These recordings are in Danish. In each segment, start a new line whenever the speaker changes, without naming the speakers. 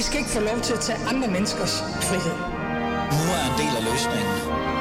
skal ikke få lov til at tage andre menneskers frihed.
Nu er en del af løsningen.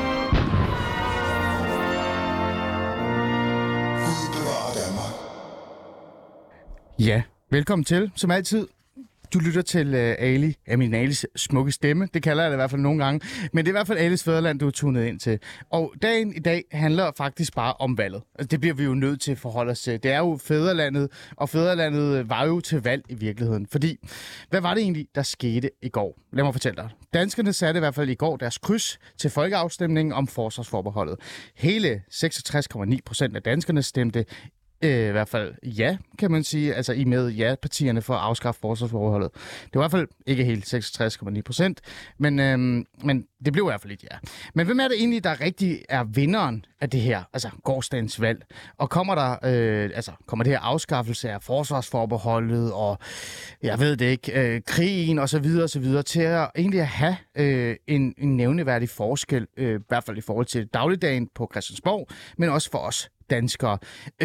Ja, velkommen til, som altid. Du lytter til Ali, Alis smukke stemme. Det kalder jeg det i hvert fald nogle gange. Men det er i hvert fald Alis Fædreland, du er tunet ind til. Og dagen i dag handler faktisk bare om valget. Altså, det bliver vi jo nødt til at forholde os til. Det er jo Fædrelandet, og Fædrelandet var jo til valg i virkeligheden. Fordi, hvad var det egentlig, der skete i går? Lad mig fortælle dig. Danskerne satte i hvert fald i går deres kryds til folkeafstemningen om forsvarsforbeholdet. Hele 66,9% af danskerne stemte i hvert fald ja, kan man sige, altså i med ja-partierne for at afskaffe forsvarsforbeholdet. Det var i hvert fald ikke helt 66,9%, men det blev i hvert fald ikke ja. Men hvem er det egentlig, der rigtig er vinderen af det her, altså gårsdagens valg? Og kommer det her afskaffelse af forsvarsforbeholdet og, jeg ved det ikke, krigen og så videre til at egentlig have en nævneværdig forskel, i hvert fald i forhold til dagligdagen på Christiansborg, men også for os danskere.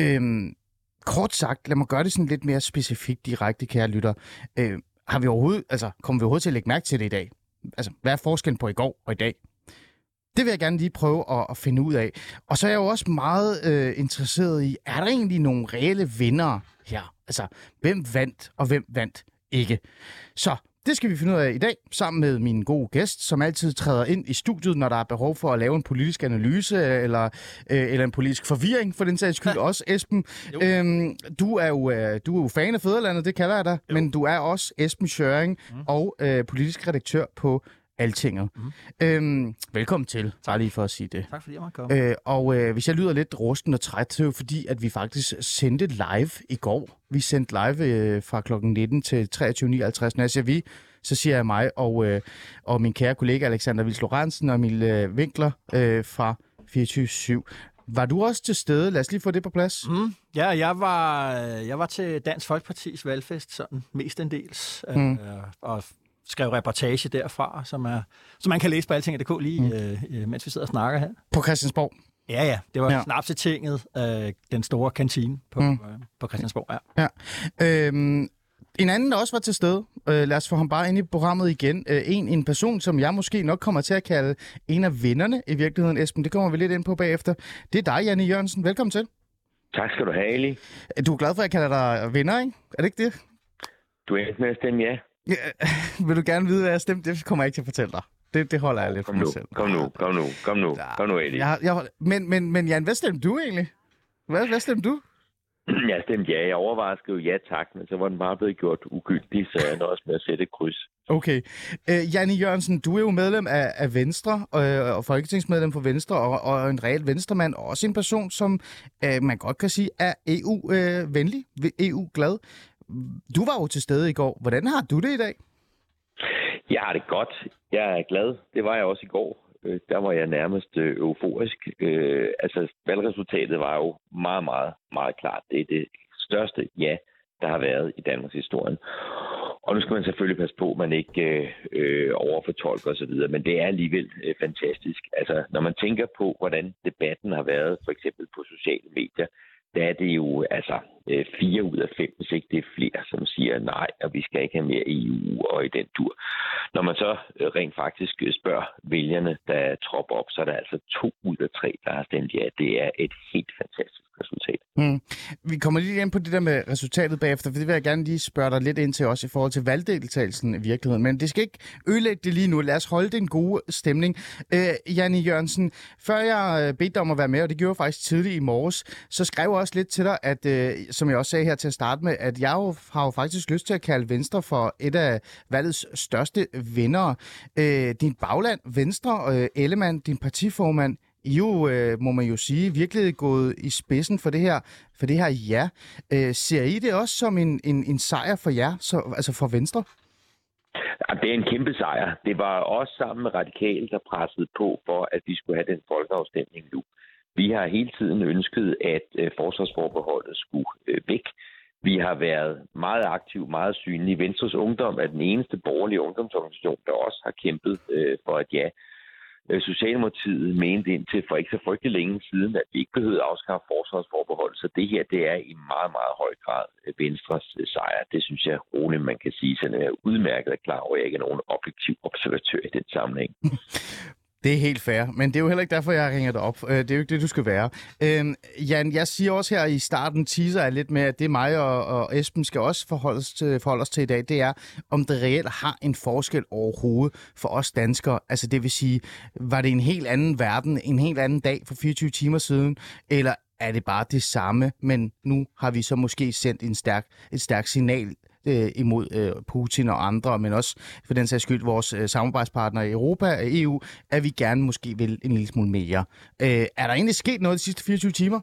Kort sagt, lad mig gøre det sådan lidt mere specifikt direkte, kære lytter. Kommer vi overhovedet til at lægge mærke til det i dag? Altså, hvad er forskellen på i går og i dag? Det vil jeg gerne lige prøve at finde ud af. Og så er jeg jo også meget interesseret i, er der egentlig nogle reelle vindere her? Altså, hvem vandt, og hvem vandt ikke? Så det skal vi finde ud af i dag, sammen med min gode gæst, som altid træder ind i studiet, når der er behov for at lave en politisk analyse, eller en politisk forvirring, for den sags skyld også, Esben. Du er jo fan af Fædrelandet, det kalder jeg dig, men du er også Esben Schøring og politisk redaktør på Altinget. Velkommen til, bare lige for at sige det.
Tak fordi jeg måtte komme.
Hvis jeg lyder lidt rusten og træt, så er det fordi, at vi faktisk sendte live i går. Vi sendte live fra kl. 19 til 23.59. Når jeg siger vi, så siger jeg mig og min kære kollega Alexander Vils Lorentzen og Emil Winkler fra 24/7. Var du også til stede? Lad os lige få det på plads.
Ja, jeg var til Dansk Folkepartis valgfest, sådan mestendels, og skrev reportage derfra, som man kan læse på altinget.dk lige, mens vi sidder og snakker her.
På Christiansborg?
Ja. Det var Snapsetinget, den store kantine på Christiansborg, ja.
En anden, der også var til stede, lad os få ham bare ind i programmet igen. En person, som jeg måske nok kommer til at kalde en af vinderne i virkeligheden, Esben. Det kommer vi lidt ind på bagefter. Det er dig, Janne Jørgensen. Velkommen til.
Tak skal du have, Ali.
Du er glad for, at jeg kalder dig vinder, ikke? Er det ikke det?
Du er med at stemme ja.
Vil du gerne vide, hvad jeg stemte? Det kommer jeg ikke til at fortælle dig. Det holder jeg lidt for mig selv.
Kom nu, Ali.
Men Jan, hvad stemte du egentlig? Hvad stemte du?
Jeg stemte ja. Jeg overraskede jo ja tak, men så var den bare blevet gjort ugyldig, så jeg nåede også med at sætte et kryds.
Okay. Janne Jørgensen, du er jo medlem af Venstre, og folketingsmedlem for Venstre, og en reel venstremand, og også en person, som man godt kan sige er EU-venlig, EU-glad. Du var jo til stede i går. Hvordan har du det i dag?
Jeg har det godt. Jeg er glad. Det var jeg også i går. Der var jeg nærmest euforisk. Valgresultatet var jo meget, meget, meget klart. Det er det største ja, der har været i Danmarks historie. Og nu skal man selvfølgelig passe på, at man ikke overfortolker osv., men det er alligevel fantastisk. Altså, når man tænker på, hvordan debatten har været, for eksempel på sociale medier, der er det jo 4 ud af 5, hvis ikke det er flere, som siger nej, og vi skal ikke have mere EU og i den tur. Når man så rent faktisk spørger vælgerne, der tropper op, så er der altså 2 ud af 3, der har stemt ja. Det er et helt fantastisk resultat.
Vi kommer lige ind på det der med resultatet bagefter, for det vil jeg gerne lige spørge dig lidt ind til også i forhold til valgdeltagelsen i virkeligheden. Men det skal ikke ødelægge det lige nu. Lad os holde den gode stemning. Janne Jørgensen, før jeg bedte dig om at være med, og det gjorde jeg faktisk tidligt i morges, så skrev jeg også lidt til dig, at, som jeg også sagde her til at starte med, at jeg har jo faktisk lyst til at kalde Venstre for et af valgets største vindere. Din bagland, Venstre, Ellemann, din partiformand, må man jo sige, virkelig gået i spidsen for det her ja. Ser I det også som en sejr for jer, altså for Venstre?
Ja, det er en kæmpe sejr. Det var også sammen med Radikale, der pressede på for, at vi skulle have den folkeafstemning nu. Vi har hele tiden ønsket, at forsvarsforbeholdet skulle væk. Vi har været meget aktive, meget synlige. Venstres Ungdom er den eneste borgerlige ungdomsorganisation, der også har kæmpet for et ja. Socialdemokratiet mente indtil for ikke så frygtelig længe siden, at vi ikke behøvede at afskaffe forsvarsforbehold. Så det her, det er i meget, meget høj grad Venstres sejr. Det synes jeg roligt, man kan sige. Så jeg er udmærket og klar over, at jeg ikke er nogen objektiv observatør i den sammenhæng.
Det er helt fair, men det er jo heller ikke derfor, jeg ringer dig op. Det er jo ikke det, du skal være. Jan, jeg siger også her i starten, teaser jeg lidt med, at det mig og Esben skal også forholde os til i dag, det er, om det reelt har en forskel overhovedet for os danskere. Altså det vil sige, var det en helt anden verden, en helt anden dag for 24 timer siden, eller er det bare det samme, men nu har vi så måske sendt et stærkt signal imod Putin og andre, men også for den sags skyld vores samarbejdspartnere i Europa og EU, at vi gerne måske vil en lille smule mere. Er der egentlig sket noget de sidste 24 timer?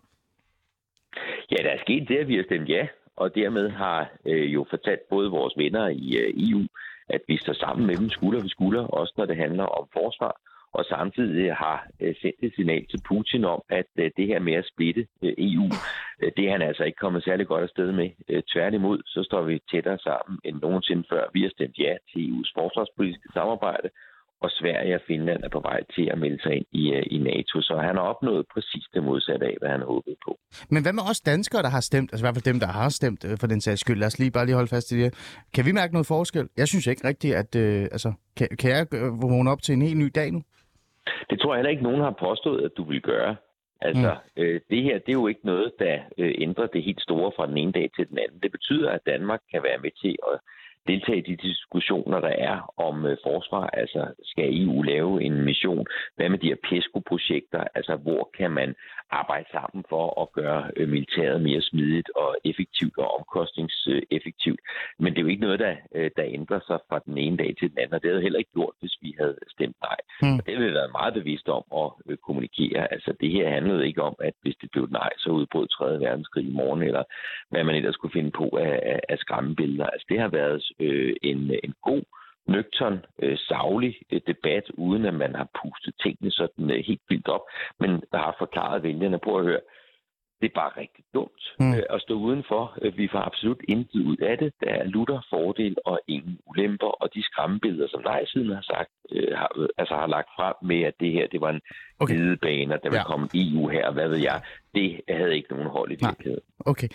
Ja, der er sket det, at vi har stemt ja, og dermed har jo fortalt både vores venner i EU, at vi står sammen med dem skulder ved skulder, også når det handler om forsvar, og samtidig har sendt et signal til Putin om, at det her med at splitte EU, det er han altså ikke kommet særlig godt afsted med. Tværtimod, så står vi tættere sammen end nogensinde før. Vi har stemt ja til EU's forsvarspolitiske samarbejde, og Sverige og Finland er på vej til at melde sig ind i NATO. Så han har opnået præcis det modsatte af, hvad han håbede på. Men
hvad med os danskere, der har stemt, altså i hvert fald dem, der har stemt for den sags skyld? Lad os bare lige holde fast i det. Kan vi mærke noget forskel? Jeg synes ikke rigtigt, at kan jeg vågne op til en helt ny dag nu?
Det tror jeg heller ikke, nogen har påstået, at du vil gøre. Altså, det her, det er jo ikke noget, der ændrer det helt store fra den ene dag til den anden. Det betyder, at Danmark kan være med til at deltage i de diskussioner, der er om forsvar. Altså, skal EU lave en mission? Hvad med de her PESCO-projekter? Altså, hvor kan man arbejde sammen for at gøre militæret mere smidigt og effektivt og omkostningseffektivt? Men det er jo ikke noget, der ændrer sig fra den ene dag til den anden, og det havde heller ikke gjort, hvis vi havde stemt nej. Og det har vi været meget bevidst om at kommunikere. Altså, det her handlede ikke om, at hvis det blev nej, så udbrød 3. verdenskrig i morgen, eller hvad man ellers kunne finde på af skræmmebilleder. Altså, det har været en god, nøgtern, saglig debat, uden at man har pustet tingene sådan helt vildt op, men der har forklaret vælgerne på at høre, det er bare rigtig dumt at stå udenfor. Vi får absolut intet ud af det. Der er lutter fordel og ingen ulemper, og de skræmmebilleder, som nej-siden har sagt, har lagt frem med, at det her, det var en glidebane, og der vil komme EU her, hvad ved jeg, det havde ikke nogen hold i virkeligheden.
Okay.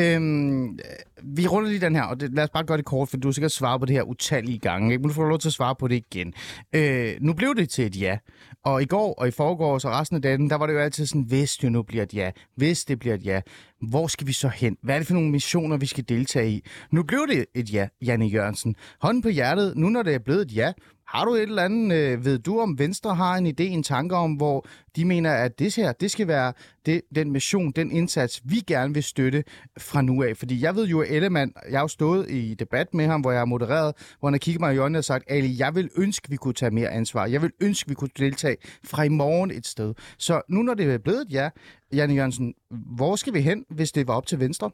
Vi runder lige den her, og lad os bare gøre det kort, for du har sikkert svaret på det her utallige gange. Men du får lov til at svare på det igen. Nu blev det til et ja, og i går og i forgårs og resten af dagen, der var det jo altid sådan, hvis det nu bliver et ja, hvis det bliver et ja, hvor skal vi så hen? Hvad er det for nogle missioner, vi skal deltage i? Nu blev det et ja, Jan E. Jørgensen. Hånden på hjertet, nu når det er blevet et ja, har du et eller andet, ved du om Venstre har en idé, en tanke om, hvor de mener, at det her, det skal være den mission, den indsats, vi gerne vil støtte fra nu af? Fordi jeg ved jo, at Ellemann, jeg har jo stået i debat med ham, hvor jeg har modereret, hvor han har kigget mig i øjnene og sagt, Ali, jeg vil ønske, vi kunne tage mere ansvar. Jeg vil ønske, vi kunne deltage fra i morgen et sted. Så nu når det er blevet et ja, Jan E. Jørgensen, hvor skal vi hen, hvis det var op til Venstre?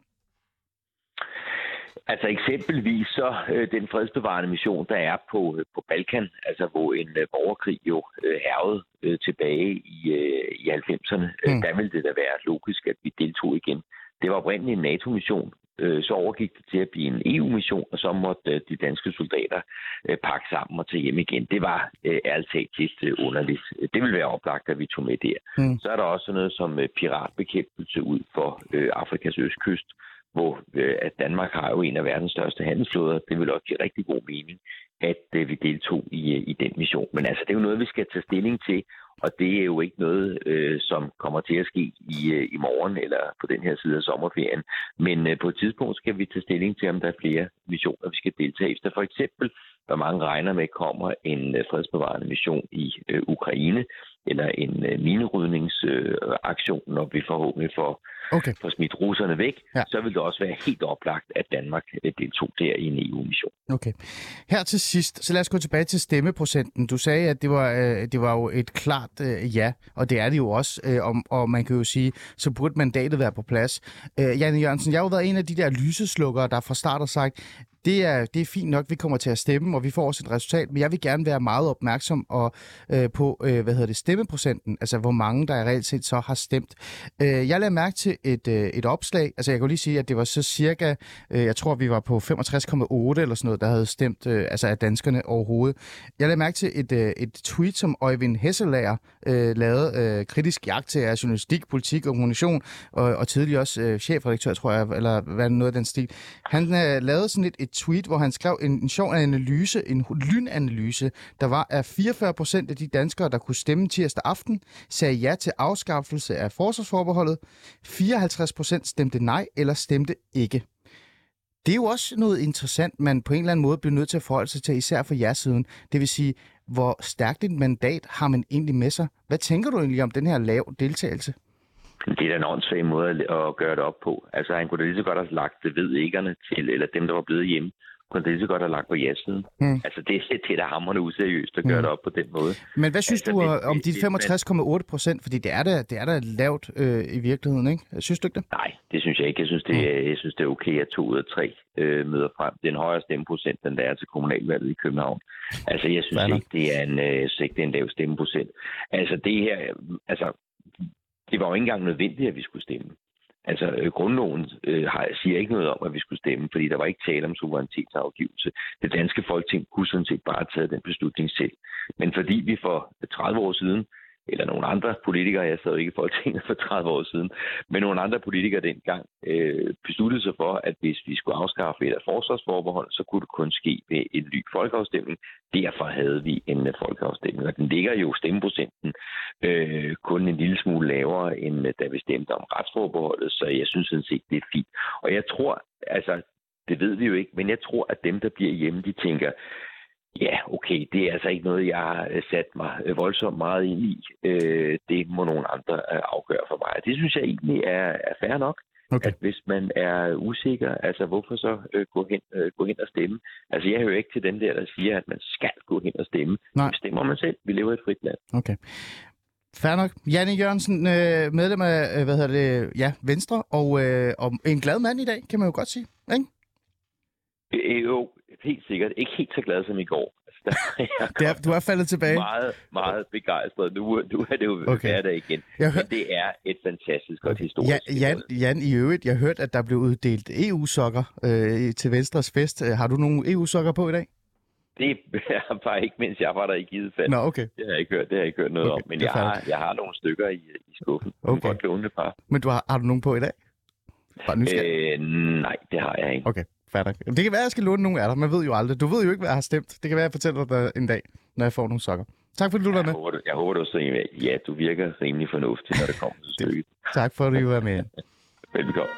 Altså eksempelvis så den fredsbevarende mission, der er på Balkan, altså hvor en borgerkrig jo hærgede tilbage i 90'erne, der ville det da være logisk, at vi deltog igen. Det var oprindeligt en NATO-mission, så overgik det til at blive en EU-mission, og så måtte de danske soldater pakke sammen og tage hjem igen. Det var ærligt talt lidt underligt. Det ville være oplagt, at vi tog med der. Så er der også noget som piratbekæmpelse ud for Afrikas østkyst, hvor at Danmark har jo en af verdens største handelsflåder. Det vil også give rigtig god mening, at vi deltog i den mission. Men altså, det er jo noget, vi skal tage stilling til, og det er jo ikke noget, som kommer til at ske i morgen eller på den her side af sommerferien. Men på et tidspunkt skal vi tage stilling til, om der er flere missioner, vi skal deltage i. Så for eksempel, hvor mange regner med, kommer en fredsbevarende mission i Ukraine, eller en minerydningsaktion, når vi forhåbentlig får smidt russerne væk, så vil det også være helt oplagt, at Danmark deltog der i en EU-mission.
Okay. Her til sidst, så lad os gå tilbage til stemmeprocenten. Du sagde, at det var jo et klart ja, og det er det jo også, og man kan jo sige, så burde mandatet være på plads. Jan E. Jørgensen, jeg har jo været en af de der lyseslukkere, der fra start har sagt, det er fint nok, vi kommer til at stemme, og vi får også et resultat, men jeg vil gerne være meget opmærksom på stemmeprocenten, altså hvor mange, der reelt set så har stemt. Jeg lagde mærke til et opslag, altså jeg kan lige sige, at det var så cirka, jeg tror, vi var på 65,8 eller sådan noget, der havde stemt, altså af danskerne overhovedet. Jeg lagde mærke til et tweet, som Øjvind Hesselager lavede, kritisk jagt til journalistik, politik og kommunikation, og tidligere også chefredaktør, tror jeg, eller hvad noget af den stil. Han lavede sådan et tweet, hvor han skrev en sjov analyse, en lynanalyse, der var, at 44% af de danskere, der kunne stemme tirsdag aften, sagde ja til afskaffelse af forsvarsforbeholdet. 54% stemte nej eller stemte ikke. Det er jo også noget interessant, man på en eller anden måde bliver nødt til at forholde sig til, især for jeres-siden. Det vil sige, hvor stærkt et mandat har man egentlig med sig? Hvad tænker du egentlig om den her lav deltagelse?
Det er da en åndssvag måde at gøre det op på. Altså, han kunne da lige så godt have lagt det ved æggerne til, eller dem, der var blevet hjemme, kunne da lige så godt have lagt på ja-siden. Altså, det er da hamrende useriøst at gøre det op på den måde.
Men hvad synes du om de 65,8%? Fordi det er da lavt i virkeligheden, ikke? Synes du ikke det?
Nej, det synes jeg ikke. Jeg synes, det er okay, at 2 ud af 3 møder frem. Det er en højere stemmeprocent, end der er til kommunalvalget i København. Altså, jeg synes ikke, det er en lav stemmeprocent. Altså, det her... Det var jo ikke engang nødvendigt, at vi skulle stemme. Altså, grundloven siger ikke noget om, at vi skulle stemme, fordi der var ikke tale om suverænitetsafgivelse. Det danske folketing kunne sådan set bare have taget den beslutning selv. Men fordi vi for 30 år siden, eller nogle andre politikere, jeg sad jo ikke i Folketinget for 30 år siden, men nogle andre politikere dengang besluttede sig for, at hvis vi skulle afskaffe et af forsvarsforbehold, så kunne det kun ske ved en ny folkeafstemning. Derfor havde vi en folkeafstemning, og den ligger jo stemmeprocenten kun en lille smule lavere, end da vi stemte om retsforbeholdet, så jeg synes sådan set, det er fint. Og jeg tror, altså, det ved vi jo ikke, men jeg tror, at dem, der bliver hjemme, de tænker, ja, okay, det er altså ikke noget, jeg har sat mig voldsomt meget ind i. Det må nogle andre afgøre for mig. Det synes jeg egentlig er fair nok. Okay. At hvis man er usikker, altså hvorfor så gå hen og stemme? Altså jeg hører ikke til den der siger, at man skal gå hen og stemme. Nej. Stemmer man selv. Vi lever i et frit land. Okay.
Fair nok. Janne Jørgensen, medlem af Venstre, og en glad mand i dag, kan man jo godt sige, ikke?
Jo, helt sikkert. Ikke helt så glad som i går. Altså,
du er faldet tilbage.
Meget, meget begejstret. Nu er det jo hverdag igen. Men det er et fantastisk og historisk.
Jan, i øvrigt, jeg hørte, at der blev uddelt EU-sokker til Venstres fest. Har du nogle EU-sokker på i dag?
Det er bare ikke, mens jeg var der i givet fald.
Nå, okay.
Det har jeg ikke hørt noget om. Men jeg har nogle stykker i skuffen. Okay. Jeg kan godt låne et par.
Men har du nogle på i dag?
Nej, det har jeg ikke.
Okay. Fatter. Det kan være, at jeg skal låne nogle af dig. Man ved jo aldrig. Du ved jo ikke, hvad jeg har stemt. Det kan være, at jeg fortæller dig en dag, når jeg får nogle sokker. Tak fordi du var med.
Jeg håber, du så ja, du virker rimelig fornuftig, når det kommer til stykket.
Tak for, at du var med.
Velbekomme.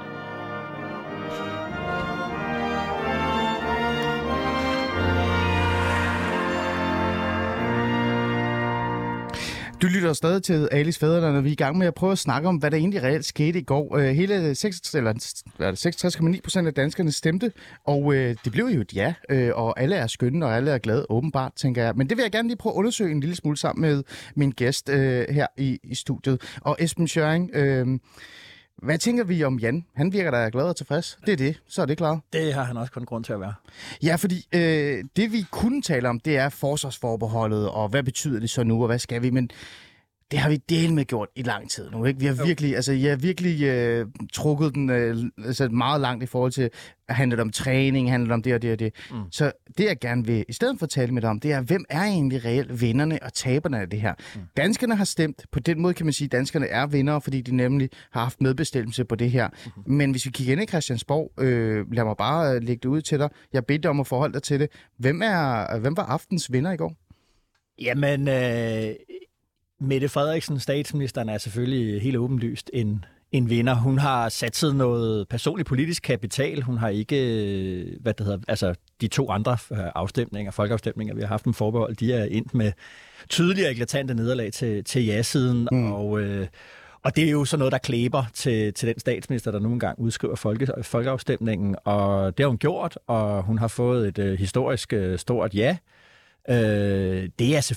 Du lytter stadig til Alis Fædreland, og vi er i gang med at prøve at snakke om, hvad der egentlig reelt skete i går. Hele 66,9% af danskerne stemte, og det blev jo et ja, og alle er skønne, og alle er glade, åbenbart, tænker jeg. Men det vil jeg gerne lige prøve at undersøge en lille smule sammen med min gæst her i studiet. Og Esben Schøring, hvad tænker vi om Jan? Han virker da glad og tilfreds. Det er det. Så er det klart.
Det har han også kun grund til at være.
Ja, fordi det vi kunne tale om, det er forsvarsforbeholdet, og hvad betyder det så nu, og hvad skal vi? Men det har vi delt med gjort i lang tid nu, ikke? Vi har virkelig, trukket den meget langt i forhold til at handle om træning, handle om det og det og det. Så det jeg gerne vil i stedet for at tale med dig om, det er, hvem er egentlig reelt vinderne og taberne af det her? Danskerne har stemt. På den måde kan man sige, at danskerne er vindere, fordi de nemlig har haft medbestemmelse på det her. Men hvis vi kigger ind i Christiansborg, lad mig bare lægge det ud til dig. Jeg beder dig om at forholde dig til det. Hvem var aftens vinder i går?
Jamen, Mette Frederiksen, statsministeren, er selvfølgelig helt åbenlyst en vinder. Hun har satset noget personligt politisk kapital. Hun har ikke, de 2 andre folkeafstemninger, vi har haft med forbehold, de er endt med tydelige og eklatante nederlag til ja-siden. Og det er jo sådan noget, der klæber til den statsminister, der nu engang udskriver folkeafstemningen. Og det har hun gjort, og hun har fået et historisk stort ja. Det er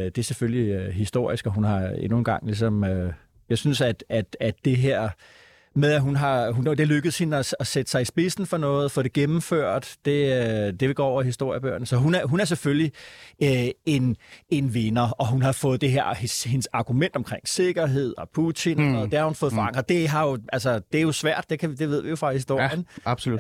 selvfølgelig historisk, og hun har endnu en gang ligesom... jeg synes, at det her med at det lykkedes hende at sætte sig i spidsen for noget, få det gennemført, det vil gå over i historiebøgerne. Så hun er selvfølgelig en vinder, og hun har fået det her, hendes argument omkring sikkerhed og Putin, og det har hun fået forankret. Det er jo svært, det ved vi jo fra historien.
Ja, absolut.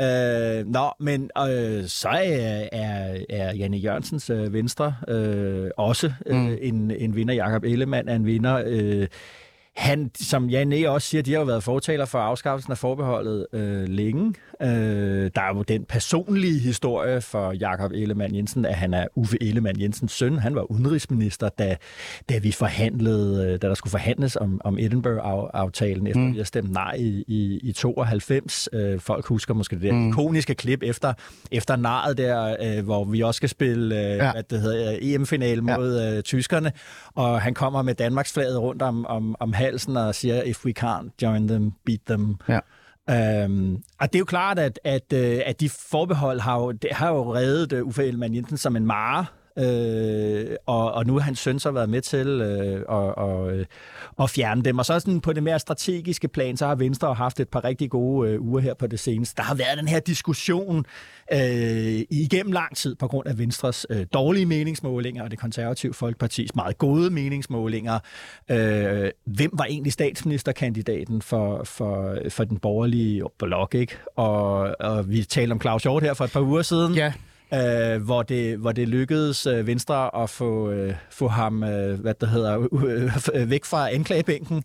Så er Janne Jørgensens Venstre også en vinder. Jakob Ellemann er en vinder. Han, som Janne også siger, de har jo været fortaler for afskaffelsen af forbeholdet længe. Der er jo den personlige historie for Jakob Ellemann Jensen, at han er Uffe Ellemann Jensens søn. Han var udenrigsminister, da vi forhandlede, da der skulle forhandles om Edinburgh-aftalen, efter vi har stemt nej i 92. Folk husker måske det der ikoniske klip efter naret der, hvor vi også skal spille EM-finale mod tyskerne, og han kommer med Danmarks flaget rundt om halsen og siger, if we can't join them, beat them. Ja. Og det er jo klart, at de forbehold har jo reddet Uffe Ellemann Jensen som en mare, og nu har hans søn så været med til at fjerne dem. Og så sådan på det mere strategiske plan, så har Venstre haft et par rigtig gode uger her på det seneste. Der har været den her diskussion igennem lang tid på grund af Venstres dårlige meningsmålinger og det konservative Folkepartis meget gode meningsmålinger. Hvem var egentlig statsministerkandidaten for den borgerlige blok, ikke? Og vi talte om Claus Hjort her for et par uger siden. Ja. Hvor det lykkedes Venstre at få ham væk fra anklagebænken,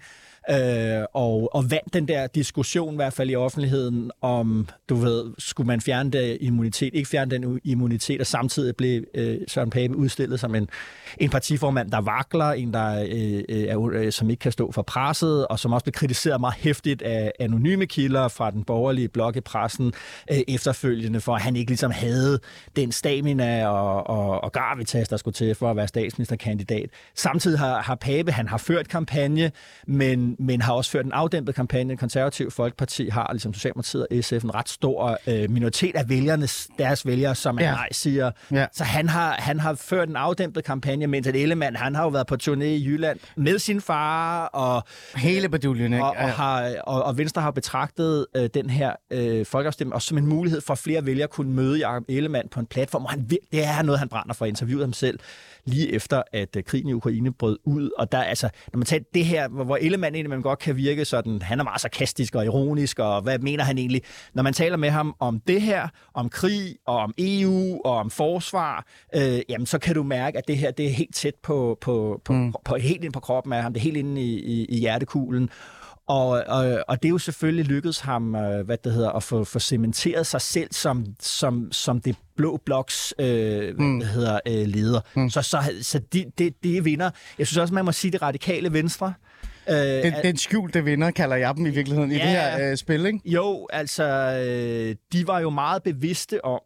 og vandt den der diskussion, i hvert fald i offentligheden, om, skulle man fjerne det immunitet, ikke fjerne den immunitet, og samtidig blev Søren Pape udstillet som en partiformand, der vakler, en, der som ikke kan stå for presset, og som også blev kritiseret meget hæftigt af anonyme kilder fra den borgerlige blok i pressen efterfølgende, for at han ikke ligesom havde den stamina og gravitas, der skulle til for at være statsministerkandidat. Samtidig har Pape, han har ført kampagne, men har også ført en afdæmpet kampagne. Konservativ Folkeparti har, ligesom Socialdemokratiet og SF, en ret stor minoritet af deres vælgere, som er nej siger. Ja. Så han har ført en afdæmpet kampagne, mens at Ellemann, han har jo været på turné i Jylland med sin far, og
hele baduljen, ikke?
Og Venstre har betragtet den her folkeafstemning også som en mulighed for, at flere vælgere kunne møde Jakob Ellemann på en platform, hvor det er noget, han brænder for, interviewet ham selv lige efter, at krigen i Ukraine brød ud. Og der, altså, når man tager det her, hvor Ellemann egentlig man godt kan virke sådan, han er meget sarkastisk og ironisk, og hvad mener han egentlig? Når man taler med ham om det her, om krig, og om EU, og om forsvar, jamen, så kan du mærke, at det her, det er helt tæt på helt ind på kroppen af ham, det er helt inde i hjertekuglen. Og det er jo selvfølgelig lykkedes ham, at få cementeret sig selv som det blå bloks leder. Så de vinder. Jeg synes også, man må sige det radikale Venstre.
Den skjulte vinder, kalder jeg dem i virkeligheden, i det her spil, ikke?
Jo, altså, de var jo meget bevidste om,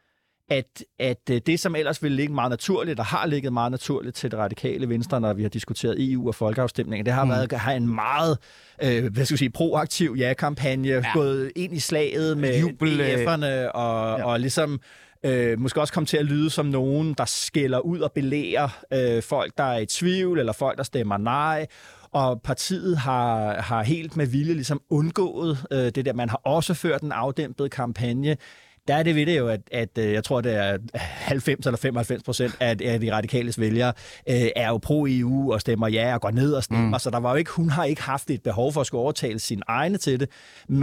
at det, som ellers ville ligge meget naturligt, og har ligget meget naturligt til det radikale Venstre, når vi har diskuteret EU og folkeafstemninger, det har været at have en meget proaktiv ja-kampagne, gået ind i slaget med DF'erne, og ligesom måske også komme til at lyde som nogen, der skælder ud og belærer folk, der er i tvivl, eller folk, der stemmer nej. Og partiet har helt med vilje ligesom undgået det der. Man har også ført en afdæmpet kampagne. Der er det ved det jo, at jeg tror, det er 90 eller 95% af de radikales vælgere er jo pro-EU og stemmer ja og går ned og stemmer. Så der var jo ikke, hun har ikke haft et behov for at skulle overtale sine egne til det,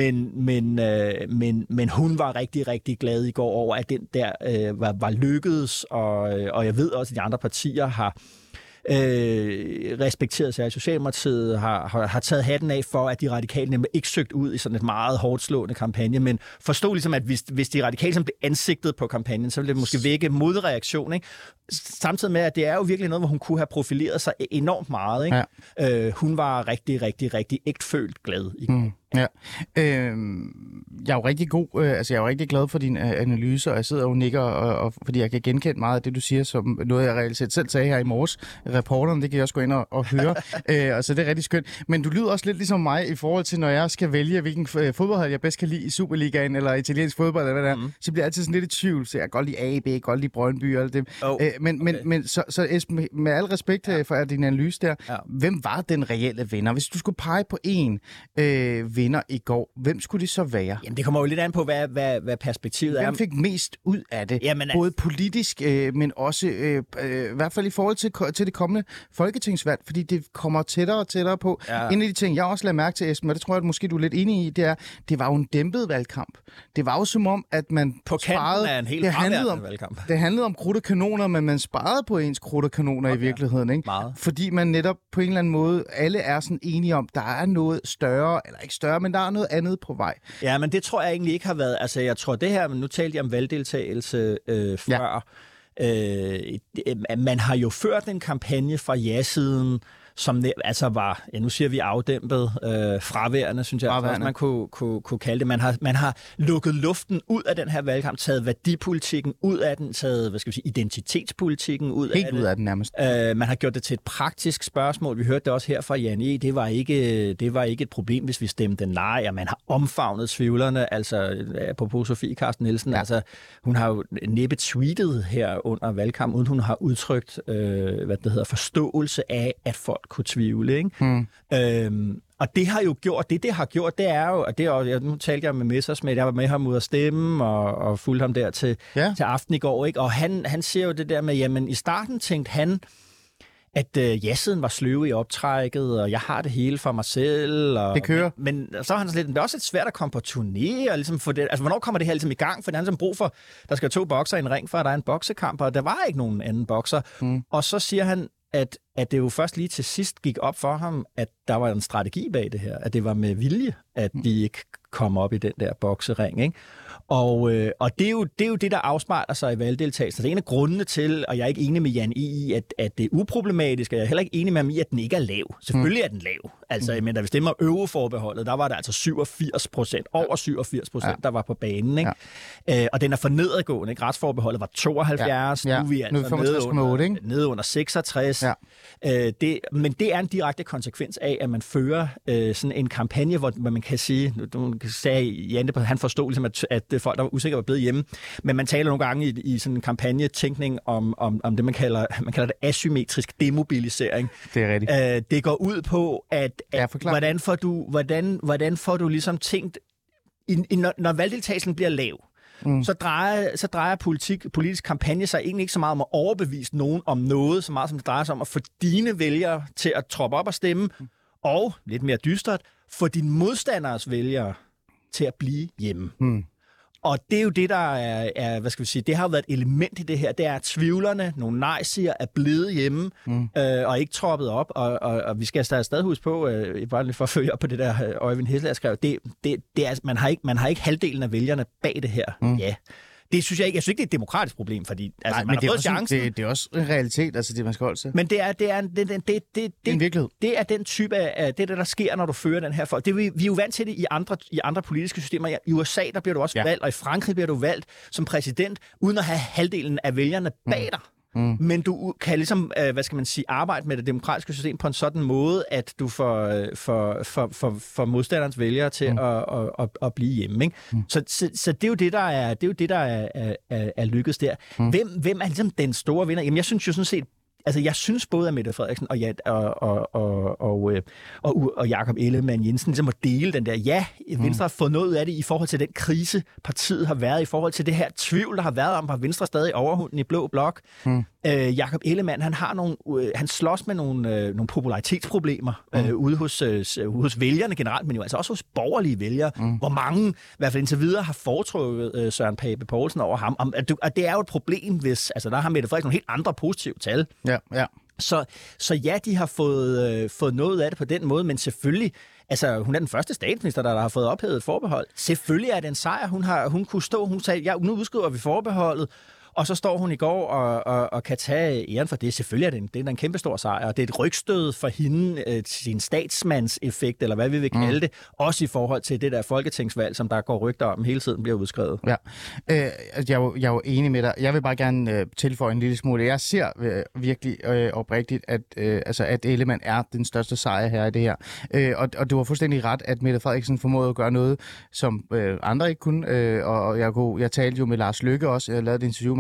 men hun var rigtig, rigtig glad i går over, at den der var lykkedes, og jeg ved også, at de andre partier har respekteret sig i Socialdemokratiet, har taget hatten af for, at de radikale nemlig ikke søgt ud i sådan et meget hårdt slående kampagne, men forstod ligesom, at hvis de radikale som blev ansigtet på kampagnen, så ville det måske vække modreaktion, ikke? Samtidig med, at det er jo virkelig noget, hvor hun kunne have profileret sig enormt meget, ikke? Ja. Hun var rigtig, rigtig, rigtig ægtfølt glad i går.
Ja. Jeg er jo rigtig god, jeg er jo rigtig glad for din analyse, og jeg sidder og nikker, og fordi jeg kan genkende meget af det, du siger, som noget, jeg reelt set selv sagde her i morges. Reporteren, det kan jeg også gå ind og høre, og så det er rigtig skønt. Men du lyder også lidt ligesom mig i forhold til, når jeg skal vælge, hvilken fodboldhold jeg bedst kan lide i Superligaen, eller italiensk fodbold, eller hvad det er, så bliver jeg altid sådan lidt i tvivl. Så jeg kan godt lide AB, jeg kan godt lide Brøndby og alt det. Men så Esben, med al respekt for din analyse der, hvem var den reelle vinder? Hvis du skulle pege på en vinder vinder i går, hvem skulle det så være?
Jamen, det kommer jo lidt an på, hvad perspektivet er.
Hvem fik mest ud af det?
Jamen,
både politisk, men også i hvert fald i forhold til det kommende folketingsvalg, fordi det kommer tættere og tættere på. Ja. En af de ting, jeg også lagde mærke til, Esben, og det tror jeg, at måske du er lidt enig i, det var jo en dæmpet valgkamp. Det var jo som om, at man
på
sparede...
af en helt fraværende valgkamp.
Det handlede om krudt og kanoner, men man sparede på ens krudt og kanoner i virkeligheden. Ikke?
Meget.
Fordi man netop på en eller anden måde, alle er sådan enige om, der er noget større, eller ikke større, men der er noget andet på vej.
Ja, men det tror jeg egentlig ikke har været... Altså, jeg tror det her... Men nu talte jeg om valgdeltagelse før. Ja. Man har jo ført en kampagne fra ja-siden, som altså var, nu siger vi afdæmpet, fraværende, synes jeg også, man kunne kalde det. Man har lukket luften ud af den her valgkamp, taget værdipolitikken ud af den, taget, identitetspolitikken ud af den.
Helt ud af den nærmest.
Man har gjort det til et praktisk spørgsmål. Vi hørte det også her fra Jan E. Det var ikke et problem, hvis vi stemte nej, og man har omfavnet tvivlerne, altså apropos Sofie Carsten Nielsen, altså hun har jo næppe tweetet her under valgkampen, uden hun har udtrykt, forståelse af, at folk kunne tvivle, ikke? Og det har jo gjort, det har gjort, det er jo, og det er, nu talte jeg med Messerschmidt, jeg var med ham ud at stemme, og fulgte ham der til aften i går, ikke? Og han siger jo det der med, jamen i starten tænkte han, at ja-siden var sløve i optrækket, og jeg har det hele for mig selv. Og,
det kører.
Men så er han lidt, det er også lidt svært at komme på turné, og ligesom få det, altså hvornår kommer det her ligesom i gang? For han har ligesom brug for, der skal 2 bokser i en ring, for at der er en boksekamp, og der var ikke nogen anden bokser. Og så siger han, at det jo først lige til sidst gik op for ham, at der var en strategi bag det her, at det var med vilje, at de ikke kom op i den der boksering, ikke? Og det er jo det, der afspejler sig i valgdeltagelsen. Det er en af grundene til, og jeg er ikke enig med Jan i, at det er uproblematisk, og jeg er heller ikke enig med ham i, at den ikke er lav. Selvfølgelig er den lav. Altså, men da vi stemmer euroforbeholdet, der var der altså 87%, over 87%, der var på banen, ikke? Ja. Og den er for nedadgående, ikke? Retsforbeholdet var 72, nu er vi altså nede under 66. Ja. Men det er en direkte konsekvens af, at man fører sådan en kampagne, hvor man kan sige, du sagde Jan, han forstod ligesom, at folk, der var usikre, var blevet hjemme. Men man taler nogle gange i sådan en kampagnetænkning om det, man kalder det asymmetrisk demobilisering. Det er rigtigt. Det går ud på, at hvordan får du ligesom tænkt, når valgdeltagelsen bliver lav, så drejer politisk kampagne sig egentlig ikke så meget om at overbevise nogen om noget, så meget som det drejer sig om at få dine vælgere til at troppe op og stemme, og lidt mere dystert, få dine modstanders vælgere til at blive hjemme. Og det er jo det, der er det har jo været et element i det her, det er, at tvivlerne, nogle nej-siger, er blevet hjemme, og ikke troppet op, og vi skal stadig huske på, bare lige for at følge op på det der, Øjvind Hesselager skrev, det er, man har ikke halvdelen af vælgerne bag det her. Ja. Det synes jeg ikke. Jeg synes ikke, det er et demokratisk problem, fordi altså, man har fået chancen.
Det er også en realitet, altså det man skal holde sig.
Men det er
en virkelighed.
Det er den type af det, der sker, når du fører den her folk. Vi er jo vant til det i andre politiske systemer. I USA, der bliver du også valgt, og i Frankrig bliver du valgt som præsident, uden at have halvdelen af vælgerne bag dig. Men du kan ligesom, arbejde med det demokratiske system på en sådan måde, at du får modstanderens vælgere til at blive hjemme. Ikke? Så det er jo det, der er lykkedes der. Hvem er ligesom den store vinder? Jamen, jeg synes jo sådan set, altså, jeg synes både, at Mette Frederiksen og Jakob Ellemann-Jensen ligesom må dele den der, Venstre har fået noget ud af det i forhold til den krise, partiet har været, i forhold til det her tvivl, der har været om, var Venstre stadig overhunden i blå blok. Jakob Ellemann, han slås med nogle popularitetsproblemer ude hos vælgerne generelt, men jo altså også hos borgerlige vælgere, hvor mange, i hvert fald indtil videre, har foretrukket Søren Pape Poulsen over ham. Og det er jo et problem, hvis, altså der har Mette Frederiksen nogle helt andre positive tal. Ja. Så ja, de har fået noget af det på den måde, men selvfølgelig, altså hun er den første statsminister, der har fået ophævet et forbehold. Selvfølgelig er det en sejr. Hun kunne stå, hun sagde, nu udskriver vi forbeholdet, og så står hun i går og kan tage æren for det. Selvfølgelig er det en kæmpe stor sejr, og det er et rygstød for hende til sin statsmandseffekt, eller hvad vi vil kalde det, også i forhold til det der folketingsvalg, som der går rygter om hele tiden bliver udskrevet. Ja,
jeg er jo enig med dig. Jeg vil bare gerne tilføje en lille smule. Jeg ser virkelig oprigtigt, at Ellemann er den største sejr her i det her. Og du har fuldstændig ret, at Mette Frederiksen formåede at gøre noget, som andre ikke kunne. Og jeg talte jo med Lars Løkke også. Jeg lavede et interview med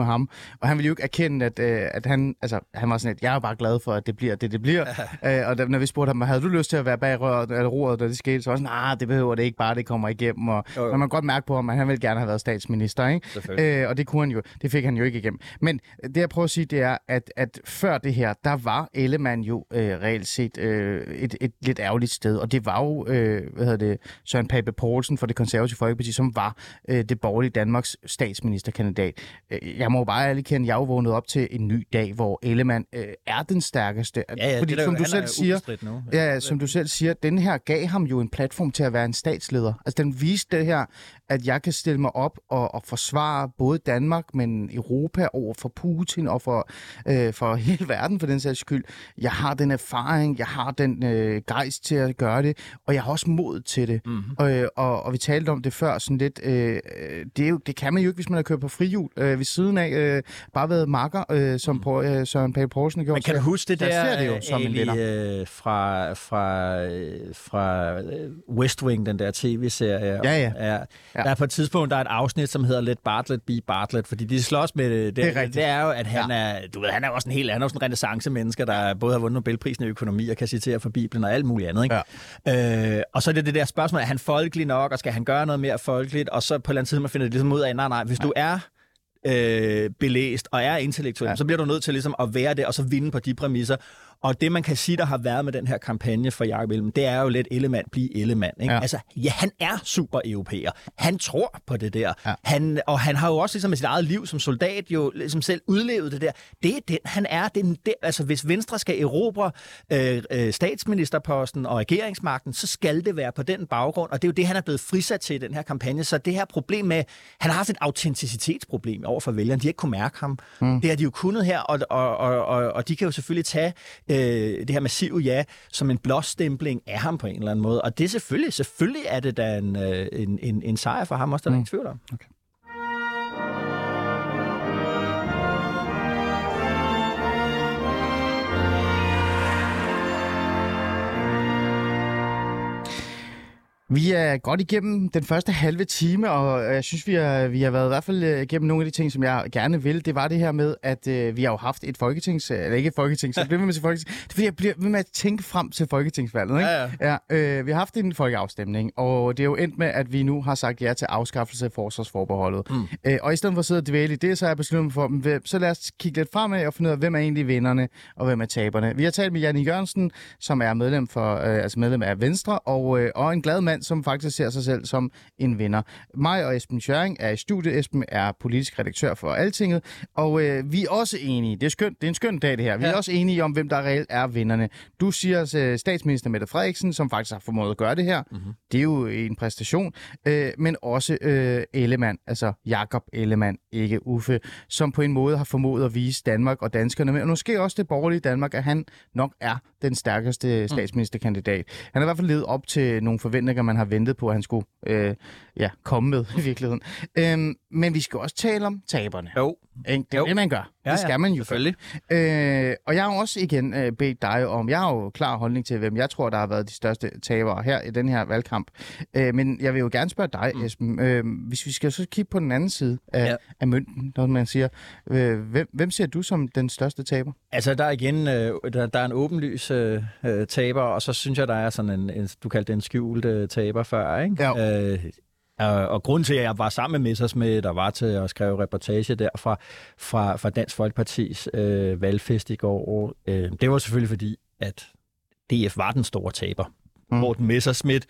med ham. Og han ville jo ikke erkende, at han var sådan et, jeg er bare glad for, at det bliver det bliver. Og når vi spurgte ham, havde du lyst til at være bag roret, da det skete, så var sådan, det behøver det ikke, bare det kommer igennem. Og man kan godt mærke på ham, at han ville gerne have været statsminister, ikke? Og det kunne han jo, det fik han jo ikke igennem. Men det jeg prøver at sige, det er, at før det her, der var Ellemann jo reelt set et lidt ærgerligt sted, og det var jo, Søren Pape Poulsen fra Det Konservative Folkeparti, som var det borgerlige Danmarks statsministerkandidat. Jeg må bare ærligt kende, jeg er jo vågnet op til en ny dag, hvor Ellemann er den stærkeste.
Ja,
fordi,
det
som du selv siger, som du selv siger, den her gav ham jo en platform til at være en statsleder. Altså den viste det her, at jeg kan stille mig op og forsvare både Danmark, men Europa over for Putin og for hele verden for den sags skyld. Jeg har den erfaring, jeg har den gejst til at gøre det, og jeg har også mod til det. Mm-hmm. Og vi talte om det før sådan lidt. Det kan man jo ikke, hvis man har kørt på frihjul ved siden af, bare været makker, som Søren Pape Poulsen har gjort.
Men kan du huske det der,
det jo som en
fra West Wing, den der tv-serie?
Ja.
Der er på et tidspunkt, der er et afsnit, som hedder Let Bartlett be Bartlett, fordi de slås med det. Det er jo, at han er, du ved, han er også en helt anden, sådan en renaissance-mennesker, der både har vundet Nobelprisen i økonomi og kan citere fra Bibelen og alt muligt andet, ikke? Ja. Og så er det der spørgsmål, er han folkelig nok, og skal han gøre noget mere folkeligt? Og så på en eller anden tid, man finder det ligesom ud af, nej, hvis du er belæst og er intellektuel, så bliver du nødt til ligesom at være det, og så vinde på de præmisser. Og det, man kan sige, der har været med den her kampagne for Jakob Ellemann, det er jo lidt Ellemann blive Ellemann. Ikke? Ja. Altså, han er super-europæer. Han tror på det der. Ja. Han har jo også ligesom med sit eget liv som soldat jo ligesom selv udlevet det der. Det er den, han er. Altså, hvis Venstre skal erobre statsministerposten og regeringsmagten, så skal det være på den baggrund. Og det er jo det, han er blevet frisat til i den her kampagne. Så det her problem med, han har haft et autenticitetsproblem over for vælgerne. De har ikke kunne mærke ham. Det har de jo kunnet her, og de kan jo selvfølgelig tage det her massive ja som en blåstempling af ham på en eller anden måde. Og det selvfølgelig er det da en sejr for ham også, der er ingen tvivl om. Okay.
Vi er godt igennem den første halve time, og jeg synes, vi har været i hvert fald igennem nogle af de ting, som jeg gerne vil. Det var det her med, at vi har jo haft et så bliver vi med til folketings. Det er fordi, jeg bliver ved med at tænke frem til folketingsvalget, ikke? Ja. Vi har haft en folkeafstemning, og det er jo endt med, at vi nu har sagt ja til afskaffelse af forsvarsforbeholdet. Og i stedet for at sidde og dvæle i det, så har jeg besluttet mig for, så lad os kigge lidt fremad og finde ud af, hvem er egentlig vinderne, og hvem er taberne. Vi har talt med Jan Jørgensen, som er medlem af Venstre, og en glad mand, som faktisk ser sig selv som en vinder. Mig og Esben Schøring er i studiet. Esben er politisk redaktør for Altinget, og vi er også enige. Det er en skøn dag, det her. Vi er også enige om, hvem der reelt er vinderne. Du siger statsminister Mette Frederiksen, som faktisk har formået at gøre det her. Mm-hmm. Det er jo en præstation. Men også Ellemann, altså Jakob Ellemann, ikke Uffe, som på en måde har formået at vise Danmark og danskerne, men måske også det borgerlige Danmark, at han nok er den stærkeste statsministerkandidat. Han har i hvert fald levet op til nogle forventninger, man har ventet på, at han skulle komme med i virkeligheden. Men vi skal også tale om taberne.
Jo.
Det er det, man gør. Det skal man jo selvfølgelig. Og jeg har også igen bedt dig om, jeg har jo klar holdning til, hvem jeg tror, der har været de største tabere her i den her valgkamp. Men jeg vil jo gerne spørge dig, Esben, hvis vi skal så kigge på den anden side af mønten, når man siger, hvem ser du som den største taber?
Altså, der er igen, der er en åbenlys taber, og så synes jeg, der er sådan en du kaldte det en skjult taber før, ikke? Ja. Og grunden til, at jeg var sammen med Messerschmidt og var til at skrive reportage der fra Dansk Folkepartis valgfest i går, det var selvfølgelig fordi, at DF var den store taber. Morten Messerschmidt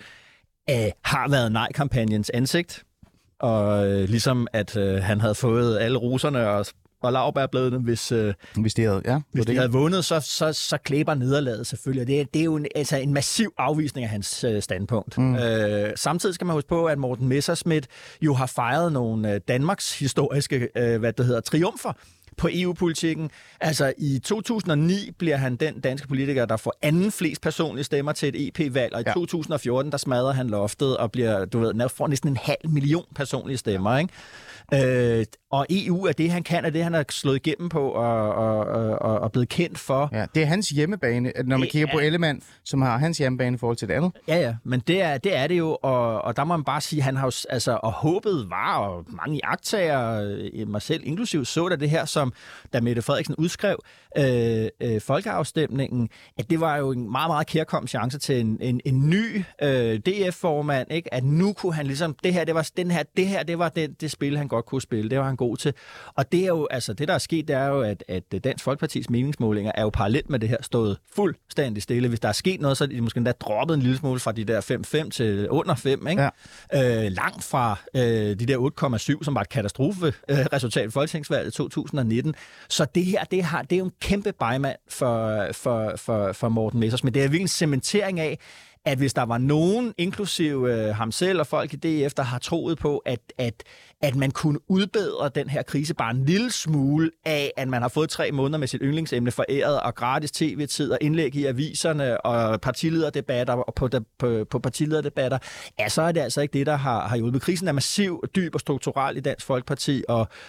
har været nej-kampagnens ansigt, og ligesom at han havde fået alle roserne og laurbærbladene, hvis de havde vundet, så klæber nederlaget selvfølgelig. Det er jo en massiv afvisning af hans standpunkt. Samtidig skal man huske på, at Morten Messerschmidt jo har fejret nogle Danmarks historiske triumfer på EU-politikken. Altså i 2009 bliver han den danske politiker, der får anden flest personlige stemmer til et EP-valg, og i 2014 der smadrer han loftet og bliver, får næsten 500.000 personlige stemmer, ikke? Og EU er det, han kan, og det, han har slået igennem på og blevet kendt for. Ja,
det er hans hjemmebane, når man kigger på Ellemann, som har hans hjemmebane i forhold til det andet.
Ja, men det er det jo, og der må man bare sige, han har jo, altså, og håbet var, og mange iagttagere, mig selv inklusiv, så det her, som da Mette Frederiksen udskrev folkeafstemningen, at det var jo en meget, meget kærkommen chance til en ny DF-formand, ikke? At nu kunne han ligesom, det her, var det spil, han godt kunne spille, det var han god til. Og det er jo, altså det der er sket, det er jo, at Dansk Folkepartis meningsmålinger er jo parallelt med det her stået fuldstændig stille. Hvis der er sket noget, så er de måske endda droppet en lille smule fra de der 5,5 til under 5, ikke? Ja. Langt fra de der 8,7, som var et katastroferesultat i folketingsvalget 2019. Så det her, det er jo en kæmpe bejmand for Morten Messerschmidt. Det er virkelig en cementering af, at hvis der var nogen, inklusive ham selv og folk i DF, der har troet på, at man kunne udbedre den her krise bare en lille smule af, at man har fået 3 måneder med sit yndlingsemne foræret, og gratis tv-tid og indlæg i aviserne og partilederdebatter og på partilederdebatter, ja, så er det altså ikke det, der har hjulpet. Krisen er massiv, dyb og strukturel i Dansk Folkeparti,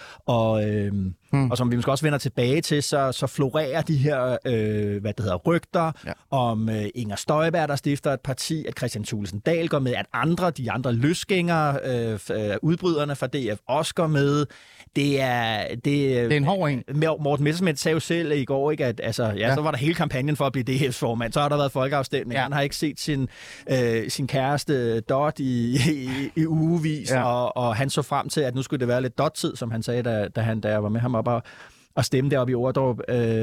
og som vi måske også vender tilbage til, så florerer de her rygter om Inger Støjberg, der stifter et parti, at Kristian Thulesen Dahl går med, at de andre løsgængere, udbryderne fra DF også går med. Det er
en hård en.
Morten Messerschmidt sagde jo selv i går, ikke, at så var der hele kampagnen for at blive DF's formand. Så har der været folkeafstemning. Ja. Han har ikke set sin kæreste Dot i ugevis, og han så frem til, at nu skulle det være lidt Dot-tid, som han sagde, da jeg var med ham op og stemme deroppe i Ordrup,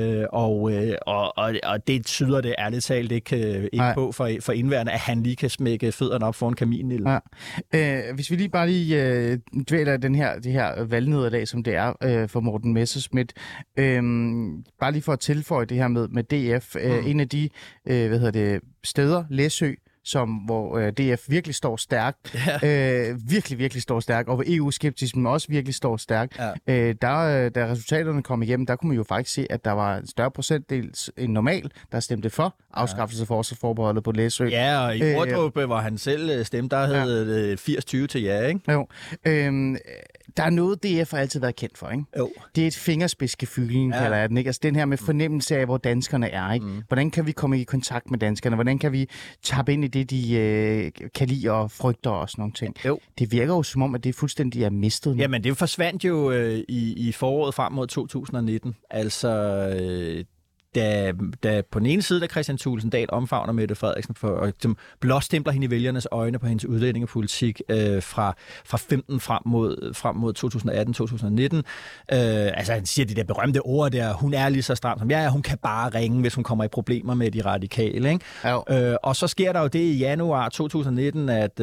og det tyder det ærligt talt ikke på for indværende, at han lige kan smække fødderne op foran kaminen.
Ja. Hvis vi lige dvæler det her valgnederlag, som det er for Morten Messerschmidt, bare lige for at tilføje det her med DF, en af de steder, Læsø, hvor DF virkelig står stærkt, virkelig står stærkt, og hvor EU-skeptismen også virkelig står stærkt. Ja. Da resultaterne kom igennem, der kunne man jo faktisk se, at der var en større procentdel end normalt, der stemte for afskaffelse af forsvarsforbeholdet på Læsø.
Ja, og i Ordrup, hvor han selv stemte, der hed 80-20 til ja, ikke?
Jo. Der er noget, DF har altid været kendt for, ikke? Jo. Det er et fingerspidsgefühl, kalder jeg den, ikke? Altså den her med fornemmelse af, hvor danskerne er, ikke? Hvordan kan vi komme i kontakt med danskerne? Hvordan kan vi tappe ind i det, de kan lide og frygter og sådan nogle ting? Jo. Det virker jo som om, at det fuldstændig er mistet nu.
Jamen, det forsvandt jo i foråret frem mod 2019. Altså... Da på den ene side, da Kristian Thulesen Dahl omfavner Mette Frederiksen og blåstempler hende i vælgernes øjne på hendes udlændingepolitik fra 15 frem mod 2018-2019. Altså han siger de der berømte ord der, hun er lige så stram som jeg er, hun kan bare ringe, hvis hun kommer i problemer med de radikale. Ikke? Og så sker der jo det i januar 2019, at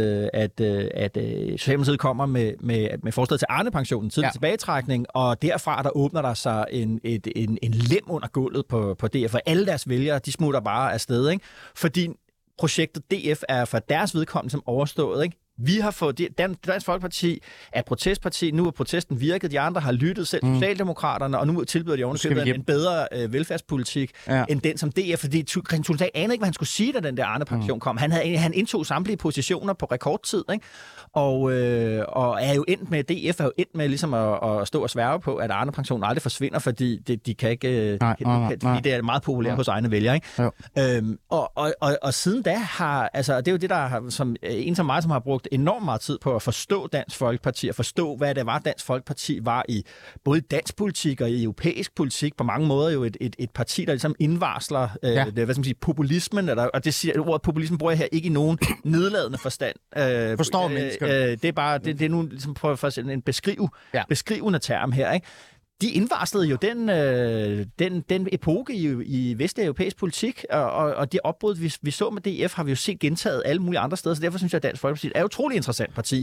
Socialdemokratiet kommer med forslaget til Arne-pensionen, tidlig tilbagetrækning, og derfra der åbner der sig en lem under gulvet på DF, for alle deres vælgere, de smutter bare afsted, ikke? Fordi projektet DF er for deres vedkommende som overstået, ikke? Vi har fået Dansk Folkeparti er et protestparti, nu er protesten virket, de andre har lyttet, selv Socialdemokraterne, og nu tilbyder de ovenikøbet en bedre velfærdspolitik end den som DF, fordi Kristian Thulesen Dahl anede ikke, hvad han skulle sige, da den der Arne-pension kom. Han indtog samtlige positioner på rekordtid, ikke? Og er jo endt med, DF er jo endt med ligesom at stå og sværge på, at Arne-pensionen aldrig forsvinder, fordi de kan ikke, fordi det er meget populært hos egne vælgere, ikke? Og siden da har, altså det er jo det, der har, som en som mig, som har brugt enormt meget tid på at forstå Dansk Folkeparti, og forstå, hvad det var, Dansk Folkeparti var i både dansk politik og i europæisk politik. På mange måder jo et parti, der ligesom indvarsler populismen. Og det siger, ordet populisme bruger jeg her ikke i nogen nedladende forstand.
Forstår mennesker.
Det er bare, det er nu ligesom prøver for en beskrivende term her, ikke? De indvarslede jo den epoke i vesteuropæisk politik, og det opbrud, vi så med DF, har vi jo set gentaget alle mulige andre steder, så derfor synes jeg, at Dansk Folkeparti er et utroligt interessant parti.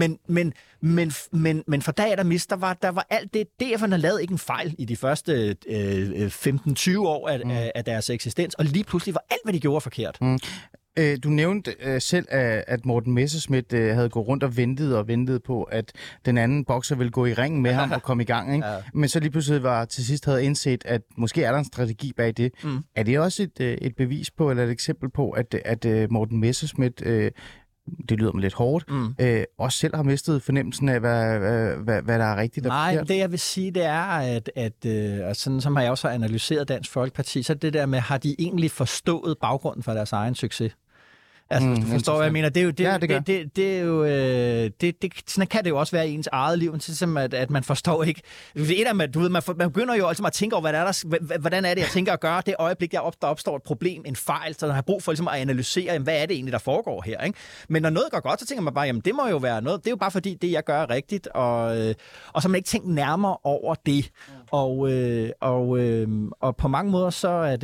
Men for dag der mist, der var alt det, DF'erne lavede ikke en fejl i de første 15-20 år af deres eksistens, og lige pludselig var alt, hvad de gjorde, forkert.
Du nævnte selv, at Morten Messerschmidt havde gået rundt og ventet på, at den anden bokser ville gå i ringen med ham og komme i gang. Ikke? Ja. Men så lige pludselig til sidst havde indset, at måske er der en strategi bag det. Er det også et bevis på, eller et eksempel på, at Morten Messerschmidt, det lyder mig lidt hårdt, også selv har mistet fornemmelsen af, hvad der er rigtigt?
Nej, det jeg vil sige, det er, at sådan som har jeg også analyseret Dansk Folkeparti, så det der med, har de egentlig forstået baggrunden for deres egen succes? Altså, hvis du forstår, hvad jeg mener. Sådan kan det jo også være i ens eget liv, ligesom at man forstår ikke. Man begynder jo altid at tænke over, hvordan er det, jeg tænker at gøre det øjeblik, der opstår et problem, en fejl, så man har brug for ligesom at analysere, hvad er det egentlig, der foregår her. Ikke? Men når noget går godt, så tænker man bare, jamen det må jo være noget. Det er jo bare fordi, det jeg gør er rigtigt, og så man ikke tænkt nærmere over det. Og på mange måder, så er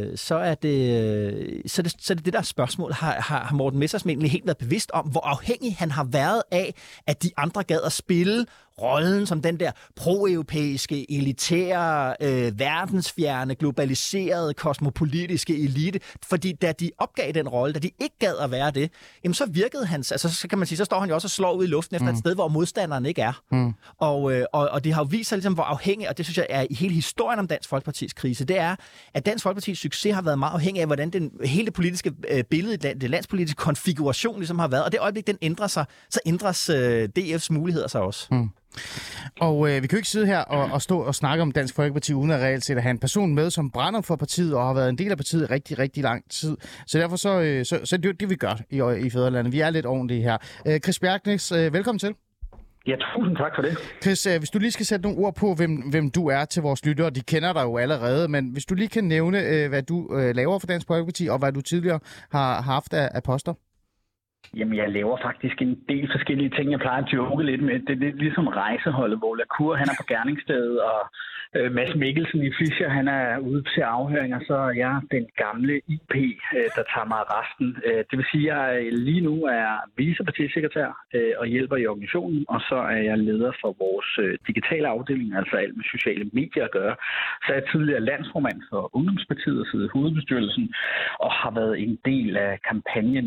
det der spørgsmål, har Morten Messerschmidt egentlig helt været bevidst om, hvor afhængig han har været af, at de andre gad at spille rollen som den der pro-europæiske, elitære, verdensfjerne, globaliserede, kosmopolitiske elite. Fordi da de opgav den rolle, da de ikke gad at være det, jamen så virkede hans, altså så kan man sige, så står han jo også og slår ud i luften efter et sted, hvor modstanderen ikke er. Og det har jo vist sig ligesom, hvor afhængig, og det synes jeg er i hele historien om Dansk Folkepartis krise, det er, at Dansk Folkepartis succes har været meget afhængig af, hvordan hele det politiske billede, det landspolitiske konfiguration ligesom har været. Og det øjeblik, den ændrer sig, så ændres DF's muligheder sig også.
Og vi kan jo ikke sidde her og stå og snakke om Dansk Folkeparti uden at reelt set at have en person med, som brænder for partiet og har været en del af partiet i rigtig, rigtig lang tid. Så derfor så er det jo det, vi gør i Fædrelandet. Vi er lidt ordentlige her. Chris Bjerknes, velkommen til.
Ja, tusind tak for det.
Chris, hvis du lige skal sætte nogle ord på, hvem du er til vores lyttere. De kender dig jo allerede, men hvis du lige kan nævne, hvad du laver for Dansk Folkeparti, og hvad du tidligere har haft af poster.
Jamen, jeg laver faktisk en del forskellige ting. Jeg plejer at joke lidt med. Det er lidt ligesom rejseholdet, hvor Lacour, han er på gerningsstedet, og Mads Mikkelsen i Fischer, han er ude til afhøringer, så er jeg den gamle IP, der tager mig resten. Det vil sige, at jeg lige nu er vicepartisekretær og hjælper i organisationen, og så er jeg leder for vores digitale afdeling, altså alt med sociale medier at gøre. Så er jeg tidligere landsformand for Ungdomspartiet og sidder i hovedbestyrelsen, og har været en del af kampagnen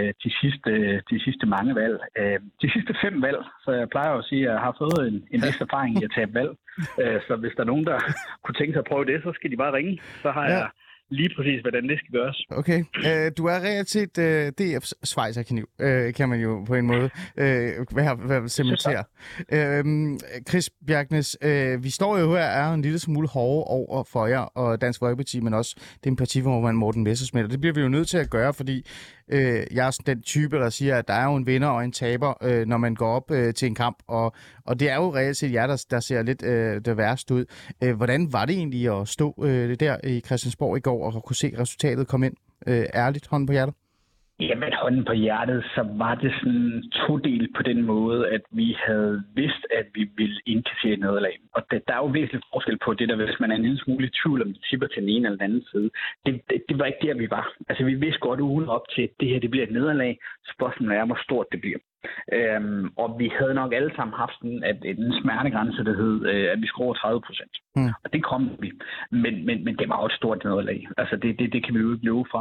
de sidste mange valg. De sidste 5 valg, så jeg plejer jo at sige, at jeg har fået en vis erfaring i at tabe valg. Så hvis der er nogen, der kunne tænke sig at prøve det, så skal de bare ringe. Så har jeg lige præcis, hvordan det skal gøres.
Okay. Du er reelt set DF's svejserkniv, kan man jo på en måde cementere. Chris Bjerknes, vi står jo her er en lille smule hårde over for jer og Dansk Folkeparti, men også den partiformand Morten Messerschmidt. Og det bliver vi jo nødt til at gøre, fordi jeg er sådan den type, der siger, at der er jo en vinder og en taber, når man går op til en kamp. Og det er jo reelt set jer, der ser lidt det værste ud. Hvordan var det egentlig at stå der i Christiansborg i går og kunne se resultatet komme ind? Ærligt, hånden på hjertet?
Jamen, hånden på hjertet, så var det sådan todelt på den måde, at vi havde vidst, at vi ville indkassere et nederlag. Og der er jo væsentligt forskel på det der, hvis man er en lille smule i tvivl, om det tipper til den ene eller den anden side. Det var ikke der, vi var. Altså, vi vidste godt ugen op til, at det her det bliver et nederlag. Spørgsmålet er, hvor stort det bliver. Og vi havde nok alle sammen haft en smertegrænse, der hed, at vi skulle over 30%. Og det kom vi. Men det var jo et stort nederlag. Altså det kan vi jo ikke løbe fra.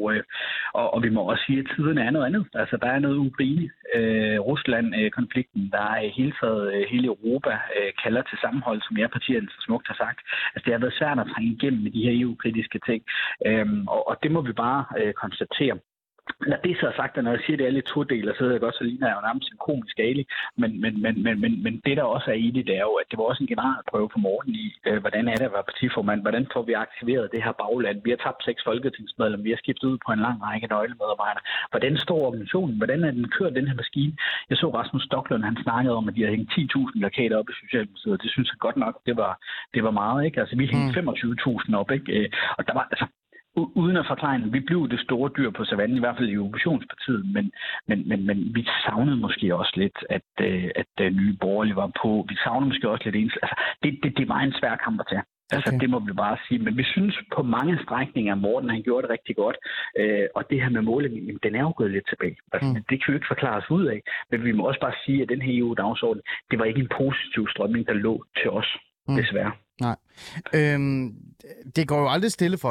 Og vi må også sige, at tiderne er noget andet. Altså der er noget Ukraine, Rusland-konflikten, der er hele Europa kalder til sammenhold, som partierne så smukt har sagt. Altså det har været svært at trænge igennem med de her EU-kritiske ting. Og det må vi bare konstatere. Når det så er sagt, at når jeg siger, at det er lidt todel, så jeg godt, så ligner jeg jo nærmest en komisk ali. Men det, der også er i det, er jo, at det var også en generalprøve for Morten i, hvordan er det at være partiformand? Hvordan får vi aktiveret det her bagland? Vi har tabt 6 folketingsmedlemmer, vi har skiftet ud på en lang række nøglemedarbejdere. Hvordan står organisationen? Hvordan er den kørt, den her maskine? Jeg så Rasmus Stoklund, han snakkede om, at de havde hængt 10.000 plakater op i Socialdemokratiet. Det synes jeg godt nok, det var meget, ikke? Altså, vi hængte 25.000 op, ikke? Og der var, altså, uden at forklare, vi blev det store dyr på savannen, i hvert fald i oppositionspartiet, men vi savnede måske også lidt, at Nye Borgerlige var på. Vi savnede måske også lidt ens. Altså, det var en svær kamp at tage. Altså, det må vi bare sige. Men vi synes på mange strækninger, at Morten han gjorde det rigtig godt. Og det her med målingen, den er jo gået lidt tilbage. Altså, det kan vi jo ikke forklare os ud af. Men vi må også bare sige, at den her EU-dagsorden, det var ikke en positiv strømning, der lå til os, desværre.
Nej. Det går jo aldrig stille for sig.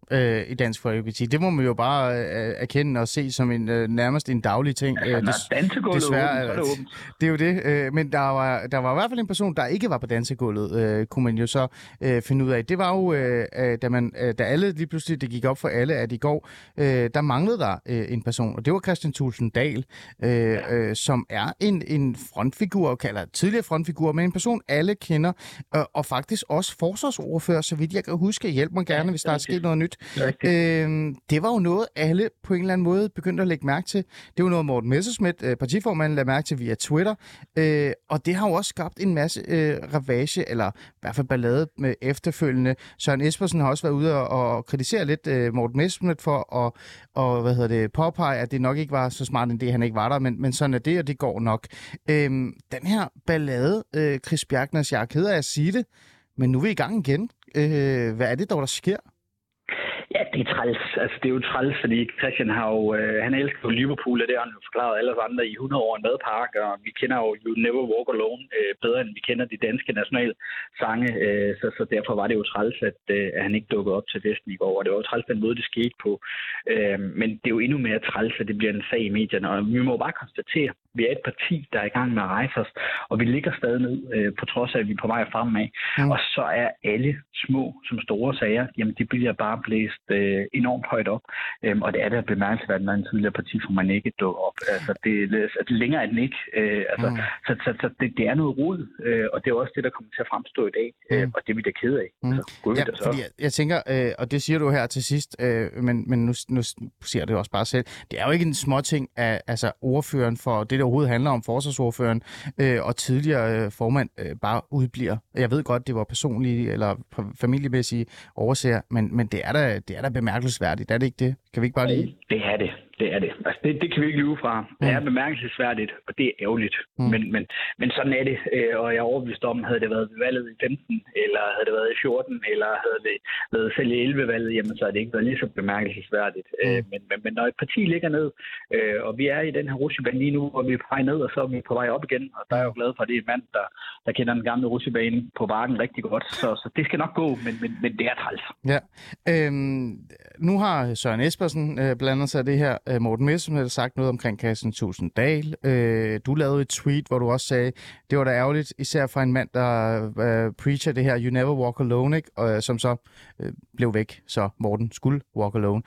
i Dansk Folkeparti. Det må man jo bare erkende og se som nærmest en daglig ting.
Desværre,
det er jo det. Men der var i hvert fald en person, der ikke var på dansegulvet, kunne man jo så finde ud af. Det var jo, da alle lige pludselig, det gik op for alle, at i går, der manglede der en person, og det var Kristian Thulesen Dahl, som er en frontfigur, eller tidligere frontfigur, men en person, alle kender, og faktisk også forsvarsordfører, så vidt jeg kan huske. Hjælp mig gerne, hvis der er sket noget nyt. Det var jo noget, alle på en eller anden måde begyndte at lægge mærke til. Det var noget, Morten Messerschmidt, partiformanden, lagde mærke til via Twitter, og det har jo også skabt en masse ravage, eller i hvert fald ballade med efterfølgende. Søren Espersen har også været ude og kritisere lidt Morten Messerschmidt for at påpege, at det nok ikke var så smart en idé, han ikke var der, men sådan er det, og det går nok. Den her ballade, Chris Bjerknes, jeg er ked af at sige det, men nu er vi i gang igen. Hvad er det dog, der sker?
Ja, det er træls. Altså, det er jo træls, fordi Christian har jo, han elsker jo Liverpool, og det har han jo forklaret alle os andre i 100 år en madpark, og vi kender jo You Never Walk Alone bedre, end vi kender de danske nationalsange, så derfor var det jo træls, at han ikke dukkede op til festen i går, og det var jo træls den måde, det skete på. Men det er jo endnu mere træls, at det bliver en sag i medierne, og vi må jo bare konstatere, vi er et parti, der er i gang med at rejse os, og vi ligger stadig ned, på trods af, at vi er på vej fremad. Og så er alle små som store sager, jamen de bliver bare blæst enormt højt op. Og det er da bemærkelsesværdigt, når en tidligere partiformand ikke dukker op. Altså, det længere er den ikke. Så det er noget rod, og det er også det, der kommer til at fremstå i dag, og det er vi da ked af.
Fordi jeg tænker, og det siger du her til sidst, men nu siger det også bare selv, det er jo ikke en småting af ordføreren for det, der overhovedet handler om, forsvarsordføreren og tidligere formand bare udbliver. Jeg ved godt, det var personlige eller familiemæssige årsager, men det er da bemærkelsesværdigt. Er det ikke det? Kan vi ikke bare lige...
Det er det. Det er det. Altså, det kan vi ikke lyve fra. Det er bemærkelsesværdigt, og det er ærgerligt. Men sådan er det. Og jeg er overbevist om, havde det været valget i 15, eller havde det været i 14, eller havde det været selv i 11-valget, jamen så er det ikke været lige så bemærkelsesværdigt. Men når et parti ligger ned, og vi er i den her rutsjebane lige nu, og vi er på vej ned, og så er vi på vej op igen, og der er jeg jo glad for, at det er en mand, der kender den gamle rutsjebane på bakken rigtig godt. Så det skal nok gå, men det er træls.
Ja. Nu har Søren Espersen blandet sig det her. Morten Messerschmidt har sagt noget omkring Kristian Thulesen Dahl. Du lavede et tweet, hvor du også sagde, det var da ærgerligt, især for en mand, der preacher det her You Never Walk Alone, ikke? Og, som så blev væk, så Morten skulle walk alone.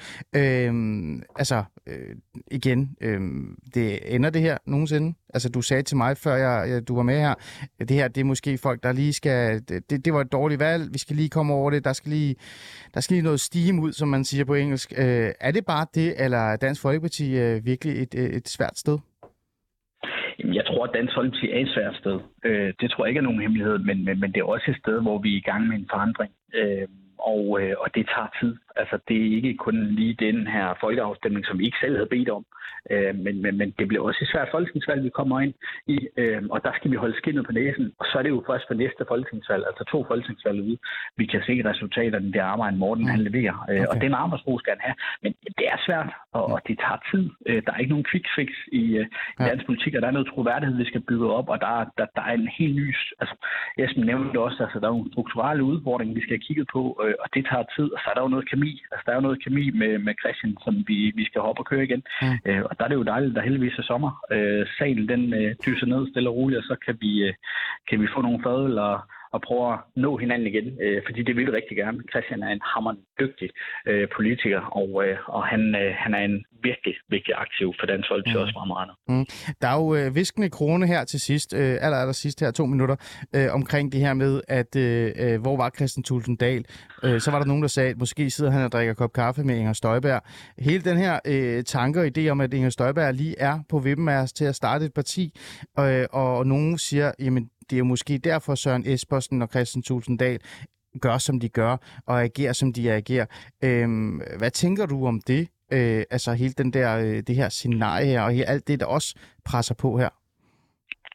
Igen, det ender det her nogensinde? Altså, du sagde til mig, før du var med her, det her, det er måske folk, der lige skal... Det var et dårligt valg, vi skal lige komme over det, der skal lige noget steam ud, som man siger på engelsk. Er det bare det, eller er Dansk Folkeparti virkelig et svært sted?
Jeg tror, at Dansk Folkeparti er et svært sted. Det tror jeg ikke er nogen hemmelighed, men det er også et sted, hvor vi er i gang med en forandring. Og det tager tid. Altså, det er ikke kun lige den her folkeafstemning, som vi ikke selv havde bedt om. Men det bliver også et svært folketingsvalg, vi kommer ind i. Og der skal vi holde skindet på næsen. Og så er det jo først for næste folketingsvalg, altså 2 folketingsvalg ude, vi kan se resultaterne af det arbejde, Morten han leverer. Okay. Og den arbejdsro skal han have. Men det er svært, og det tager tid. Der er ikke nogen quick fix i dansk politik, og der er noget troværdighed, vi skal bygge op, og der er en helt ny... Altså, jeg nævnte det også, altså, der er nogle strukturelle udfordringer, vi skal have kigget på, og det tager tid. Og så er der jo noget kemi. Altså, der er jo noget kemi med Christian, som vi skal hoppe og køre igen. Og der er det jo dejligt, der heldigvis er sommer. Salen, den dyser ned stille og roligt, og så kan vi få nogle fadøl og prøve at nå hinanden igen, fordi det vil vi rigtig gerne. Christian er en hammerende dygtig politiker, og han er en virkelig vigtig aktiv for Dansk Folkeparti også fremadrettet.
Der er jo viskende krone her til sidst, aller sidst her 2 minutter, omkring det her med, at hvor var Kristian Thulesen Dahl? Så var der nogen, der sagde, at måske sidder han og drikker kop kaffe med Inger Støjberg. Hele den her tanke og idé om, at Inger Støjberg lige er på vippen af os til at starte et parti, og nogen siger, jamen det er jo måske derfor Søren Espersen og Kristian Thulesen Dahl gør, som de gør, og agerer, som de agerer. Hvad tænker du om det? Altså hele det her scenarie her, og alt det, der også presser på her?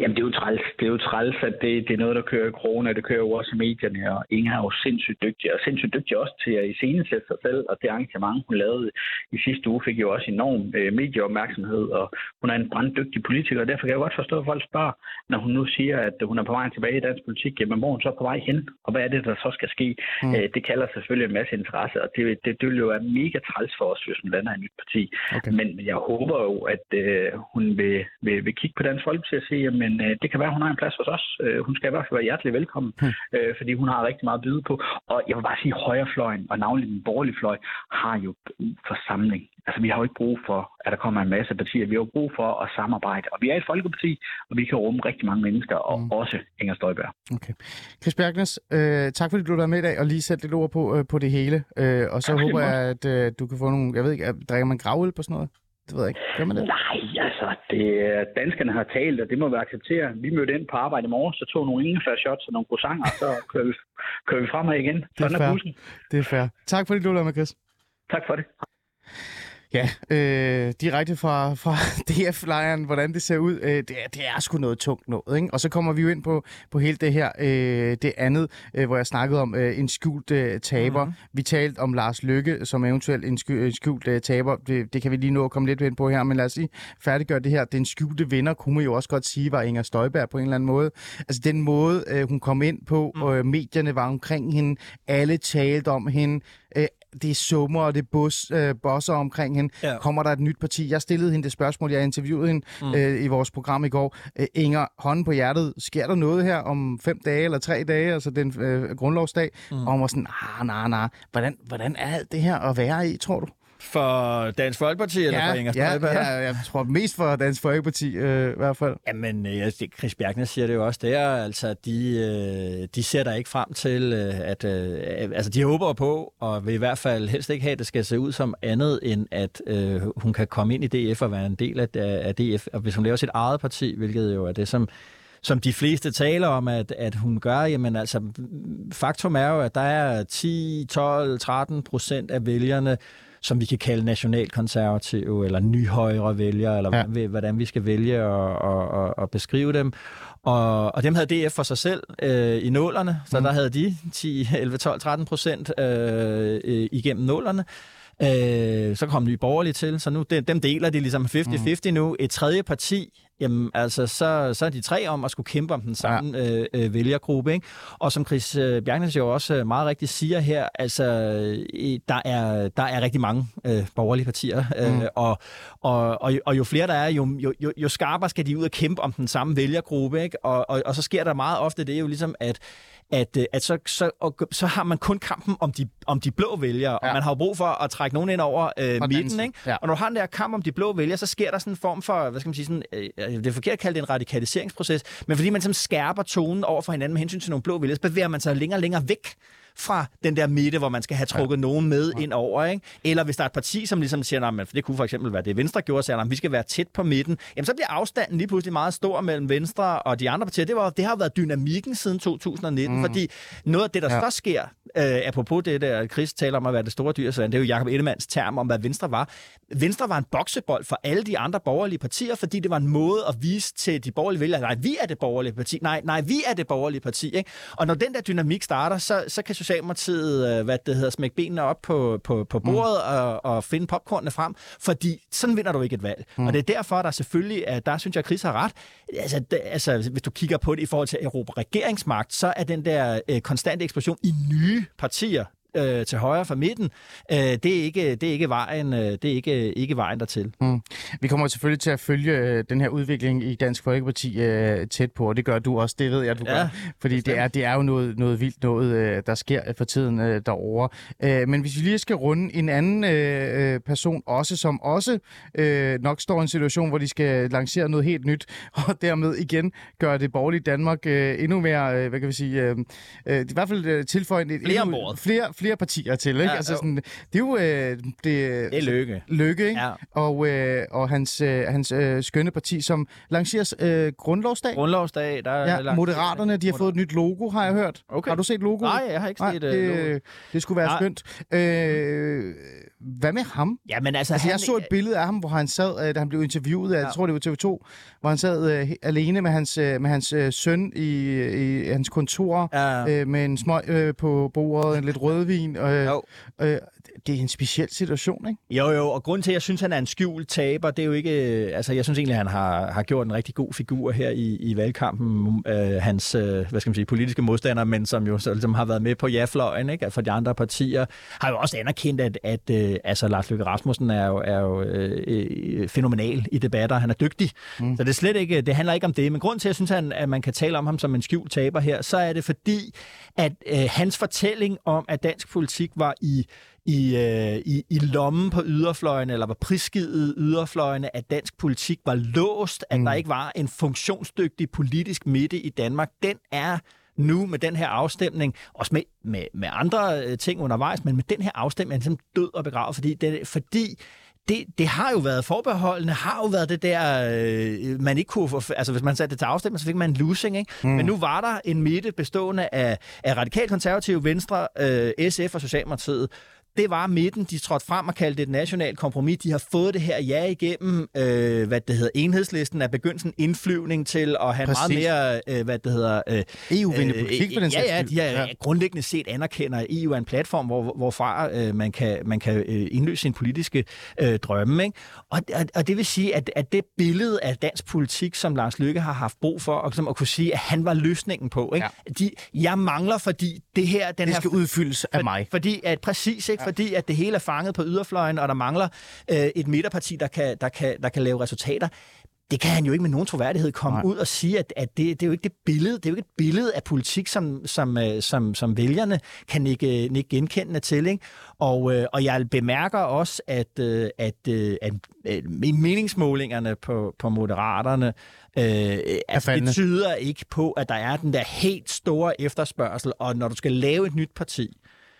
Jamen, det er jo træls. Det er jo træls, at det er noget, der kører i corona, det kører jo også i medierne, og Inger er jo sindssygt dygtig også til at iscenesætte sig selv, og det arrangement, hun lavede i sidste uge, fik jo også enorm medieopmærksomhed, og hun er en branddygtig politiker, og derfor kan jeg godt forstå, at folk spørger, når hun nu siger, at hun er på vej tilbage i dansk politik, jamen hvor hun så på vej hen, og hvad er det, der så skal ske? Det kalder selvfølgelig en masse interesse, og det vil jo være mega træls for os, hvis hun lander i et nyt parti. Okay. Men jeg håber jo, at hun vil kigge på Dansk Folkeparti og sige, men det kan være, at hun har en plads hos os. Hun skal i hvert fald være hjertelig velkommen, fordi hun har rigtig meget at byde på. Og jeg vil bare sige, at højrefløjen, og navnlig den borgerlige fløj, har jo brug for samling. Altså, vi har jo ikke brug for, at der kommer en masse partier. Vi har jo brug for at samarbejde. Og vi er et folkeparti, og vi kan rumme rigtig mange mennesker, og også Inger Støjberg. Okay.
Chris Bjerknes, tak fordi du var med i dag, og lige sætte lidt ord på det hele. Og så håber jeg, at du kan få nogle, jeg ved ikke, drikker man gravøl på sådan noget? Det ved jeg ikke. Gør man det?
Nej, altså, danskerne har talt, og det må vi acceptere. Vi mødte ind på arbejde i morgen, så tog nogle ingefær-shots og nogle croissanter, og så kører vi fremad igen. Sådan er bussen. Det
er fair. Tak fordi du var med, Chris.
Tak for det.
Ja, direkte fra DF-lejren, hvordan det ser ud, det er sgu noget tungt noget, ikke? Og så kommer vi jo ind på hele det her, det andet, hvor jeg snakkede om en skjult taber. Mm-hmm. Vi talte om Lars Løkke som eventuelt en skjult taber. Det kan vi lige nå at komme lidt ind på her, men lad os lige færdiggøre det her. Den skjulte vinder, kunne man jo også godt sige, var Inger Støjberg på en eller anden måde. Altså den måde, hun kom ind på, medierne var omkring hende, alle talte om hende, det er summer, og det er bosser omkring hende. Ja. Kommer der et nyt parti? Jeg stillede hende det spørgsmål, jeg interviewede hende i vores program i går. Inger, hånden på hjertet, sker der noget her om 5 dage eller 3 dage, altså den grundlovsdag? Og hun var sådan, nej. Hvordan er alt det her at være i, tror du?
For Dansk Folkeparti eller for Inger Støjberg?
Ja, jeg tror mest for Dansk Folkeparti i hvert fald.
Jamen, Chris Bjerknes siger det jo også der, altså de ser der ikke frem til, altså de håber på, og vil i hvert fald helst ikke have, at det skal se ud som andet, end at hun kan komme ind i DF og være en del af DF, og hvis hun laver sit eget parti, hvilket jo er det, som de fleste taler om, at hun gør, jamen altså, faktum er jo, at der er 10, 12, 13% af vælgerne, som vi kan kalde nationalkonservative, eller nyhøjre vælgere, eller hvordan vi skal vælge og beskrive dem. Og dem havde DF for sig selv i nullerne, så der havde de 10, 11, 12, 13% igennem nullerne. Så kom Nye Borgerlige til, så nu dem deler de ligesom 50-50 nu. Et tredje parti, jamen altså, så er de 3 om at skulle kæmpe om den samme vælgergruppe, ikke? Og som Chris Bjerknes jo også meget rigtigt siger her, altså, der er rigtig mange borgerlige partier, og jo flere der er, jo skarpere skal de ud og kæmpe om den samme vælgergruppe, ikke? Og så sker der meget ofte det jo ligesom, at så har man kun kampen om de blå vælgere, og man har jo brug for at trække nogen ind over midten, ikke? Ja. Og når du har den der kamp om de blå vælgere, så sker der sådan en form for, hvad skal man sige, sådan, det er forkert at kalde det en radikaliseringsproces, men fordi man skærper tonen over for hinanden med hensyn til nogle blå vælgere, så bevæger man sig længere og længere væk fra den der midte, hvor man skal have trukket nogen med ind over, ikke? Eller hvis der er et parti, som ligesom siger, men det kunne for eksempel være det Venstre gjorde, siger, vi skal være tæt på midten, jamen så bliver afstanden lige pludselig meget stor mellem Venstre og de andre partier. Det har jo været dynamikken siden 2019, fordi noget af det, der så sker, apropos det der, Chris taler om at være det store dyr, så det er jo Jakob Ellemanns term om, hvad Venstre var. Venstre var en boksebold for alle de andre borgerlige partier, fordi det var en måde at vise til de borgerlige vælgere, nej, vi er det borgerlige parti, nej, vi er det borgerlige parti, ikke? Og når den der dynamik starter, så kan Socialdemokratiet, smække benene op på bordet og finde popcornene frem, fordi sådan vinder du ikke et valg. Og det er derfor, der selvfølgelig, der synes jeg, Chris har ret. Altså, hvis du kigger på det i forhold til Europa regeringsmagt, så er den der konstante eksplosion i nye partier til højre for midten, det er ikke vejen dertil.
Vi kommer selvfølgelig til at følge den her udvikling i Dansk Folkeparti tæt på, og det gør du også, det ved jeg, du gør, fordi det er jo noget vildt noget, der sker for tiden derovre. Men hvis vi lige skal runde en anden person også, som også nok står i en situation, hvor de skal lancere noget helt nyt, og dermed igen gøre det borgerlige Danmark endnu mere, hvad kan vi sige, i hvert fald tilføje flere partier til, ikke? Altså sådan, det er jo det er Løkke, ikke? Ja. Og hans skønne parti, som lanceres grundlovsdag.
Grundlovsdag, der
Moderaterne, de har fået et nyt logo, har jeg hørt. Okay. Har du set logoet?
Nej, jeg har ikke set logoet.
Det skulle være skønt. hvad med ham?
Ja, men
Altså, jeg så et billede af ham, hvor han sad, da han blev interviewet af, jeg tror det var TV2, hvor han sad alene med hans søn i hans kontor, med en smøg på bordet, en lidt rødvin. Det er en speciel situation, ikke?
Jo, og grunden til, at jeg synes, han er en skjult taber, det er jo ikke... Altså, jeg synes egentlig, han har gjort en rigtig god figur her i valgkampen. Hans, politiske modstandere, men som jo så ligesom har været med på ja-fløjen, ikke? For de andre partier, har jo også anerkendt, at Lars Løkke Rasmussen er jo fænomenal i debatter. Han er dygtig. Så det er slet ikke... Det handler ikke om det. Men grunden til, at jeg synes, at man kan tale om ham som en skjult taber her, så er det fordi, at hans fortælling om, at dansk politik var i lommen på yderfløjene, eller var prisgivet yderfløjene, at dansk politik var låst, at der ikke var en funktionsdygtig politisk midte i Danmark, den er nu med den her afstemning, også med andre ting undervejs, men med den her afstemning er den simpelthen død og begravet, fordi det har jo været forbeholdene, har jo været det der, man ikke kunne få... Altså, hvis man satte det til afstemning, så fik man en losing, ikke? Men nu var der en midte bestående af radikalt konservative, Venstre, SF og Socialdemokratiet. Det var midten, de trådte frem og kaldte det et nationalt kompromis. De har fået det her igennem, Enhedslisten er begyndt en indflyvning til at have meget mere,
EU-venlig politik for den sags skyld.
De har grundlæggende set anerkender, at EU er en platform, hvorfra man kan indløse sine politiske drømme, ikke? Og det vil sige, at det billede af dansk politik, som Lars Løkke har haft brug for, og som at kunne sige, at han var løsningen på, ikke? Jeg mangler, fordi det her... Det skal
udfyldes af mig.
Fordi at præcis, ikke? Fordi at det hele er fanget på yderfløjen, og der mangler et midterparti, der kan lave resultater. Det kan han jo ikke med nogen troværdighed komme ud og sige, at det er jo ikke det billede. Det er jo ikke et billede af politik, som vælgerne kan ikke genkendende til, ikke? Og jeg bemærker også, at meningsmålingerne på Moderaterne det tyder ikke på, at der er den der helt store efterspørgsel, og når du skal lave et nyt parti,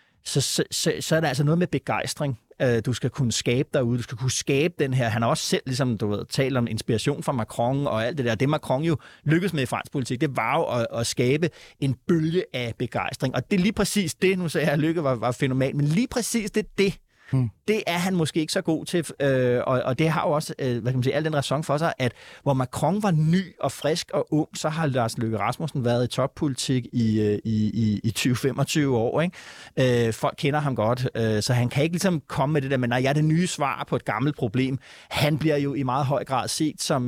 så er der altså noget med begejstring, du skal kunne skabe derude. Du skal kunne skabe den her... Han har også selv, ligesom du ved, talt om inspiration fra Macron og alt det der. Det Macron jo lykkedes med i fransk politik, det var jo at skabe en bølge af begejstring. Og det er lige præcis det, nu sagde jeg, at Løkke var fænomen, men lige præcis det det er han måske ikke så god til, og det har jo også, al den ræson for sig, at hvor Macron var ny og frisk og ung, så har Lars Løkke Rasmussen været i toppolitik i 20-25 år, ikke? Folk kender ham godt, så han kan ikke ligesom komme med det der, men nej, jeg er det nye svar på et gammelt problem. Han bliver jo i meget høj grad set som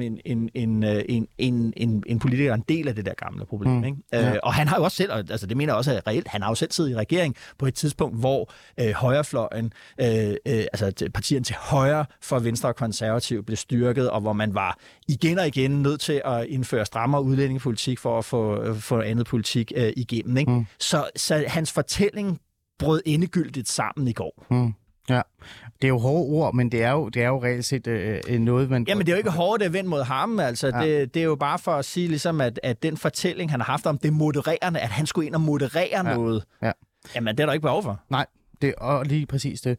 en politiker, en del af det der gamle problem, ikke? Og han har jo også selv, altså det mener jeg også er reelt, han har jo selv siddet i regering på et tidspunkt, hvor højrefløjen, partierne til højre for Venstre og Konservative blev styrket, og hvor man var igen og igen nødt til at indføre strammere udlændingepolitik for at få andet politik igennem, ikke? Så hans fortælling brød endegyldigt sammen i går.
Ja, det er jo hårde ord, men det er jo reelt set noget, man...
Jamen, det er jo ikke hårdt, det er vendt mod ham, altså. Ja. Det er jo bare for at sige, ligesom, at den fortælling, han har haft om det modererende, at han skulle ind og moderere noget, jamen, det er der ikke behov for.
Nej. Det er lige præcis det.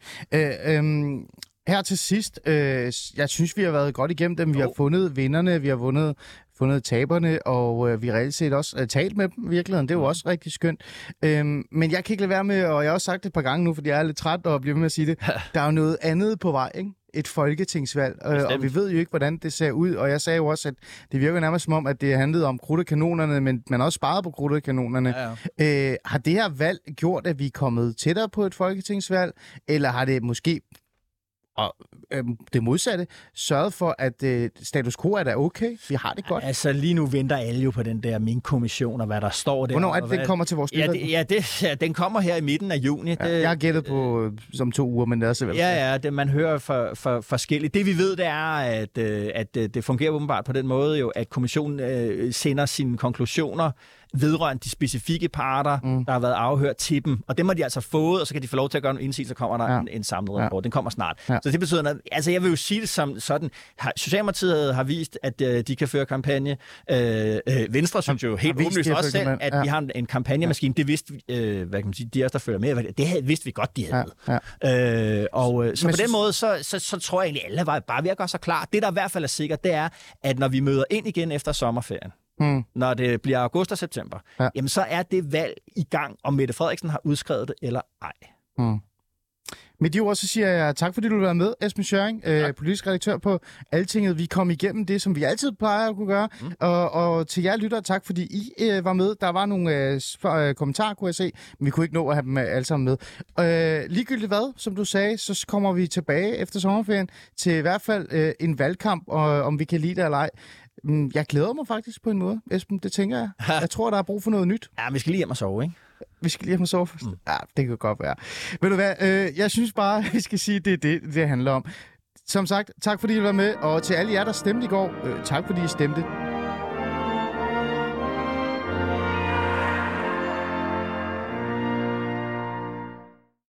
Her til sidst, jeg synes, vi har været godt igennem dem. Vi har fundet vinderne, vi har fundet taberne, og vi har reelt set også talt med dem i virkeligheden. Det er jo også rigtig skønt. Men jeg kan ikke lade være med, og jeg har også sagt det et par gange nu, fordi jeg er lidt træt og bliver med at sige det. Der er jo noget andet på vej, ikke? Et folketingsvalg, og vi ved jo ikke, hvordan det ser ud, og jeg sagde jo også, at det virker nærmest som om, at det handlede om krudtekanonerne, men man har også sparet på krudtekanonerne. Ja. Har det her valg gjort, at vi er kommet tættere på et folketingsvalg, eller har det måske, og det modsatte, sørget for, at status quo er da okay? Vi har det godt.
Altså lige nu venter alle jo på den der Mink-kommission, og hvad der står der.
Hvornår er det, den kommer til vores lytter?
Den kommer her i midten af juni.
Ja, jeg har gættet på som 2 uger, men det er også...
Man hører for forskelligt. Det vi ved, det er, at det fungerer åbenbart på den måde, jo, at kommissionen sender sine konklusioner vedrørende de specifikke parter, der har været afhørt til dem. Og dem har de altså fået, og så kan de få lov til at gøre en indsigelse, så kommer der en samlet rapport. Den kommer snart. Ja. Så det betyder, at altså jeg vil jo sige det som sådan. Socialdemokratiet har vist, at de kan føre kampagne. Venstre synes jo helt åbenlyst også selv, at vi har en kampagnemaskine. Det vidste hvad kan man sige, de også, der følger med. Det vidste vi godt, de havde. Så på den måde, så tror jeg egentlig, alle var bare ved at gøre sig klar. Det, der i hvert fald er sikkert, det er, at når vi møder ind igen efter sommerferien, når det bliver august og september, jamen så er det valg i gang, om Mette Frederiksen har udskrevet det eller ej.
Med de ord, så siger jeg tak, fordi du vil være med, Esben Schøring, politisk redaktør på Altinget. Vi kom igennem det, som vi altid plejer at kunne gøre. Og til jer lyttere, tak fordi I var med. Der var nogle kommentarer, kunne jeg se, men vi kunne ikke nå at have dem alle sammen med. Ligegyldigt hvad, som du sagde, så kommer vi tilbage efter sommerferien til i hvert fald en valgkamp, om vi kan lide det eller ej. Jeg glæder mig faktisk på en måde, Esben, det tænker jeg. Jeg tror, der er brug for noget nyt.
Ja, vi skal lige hjem og sove, ikke?
Vi skal lige hjem og sove først. Ja, det kan godt være. Ved du hvad, jeg synes bare, vi skal sige, det er det handler om. Som sagt, tak fordi I var med, og til alle jer, der stemte i går, tak fordi I stemte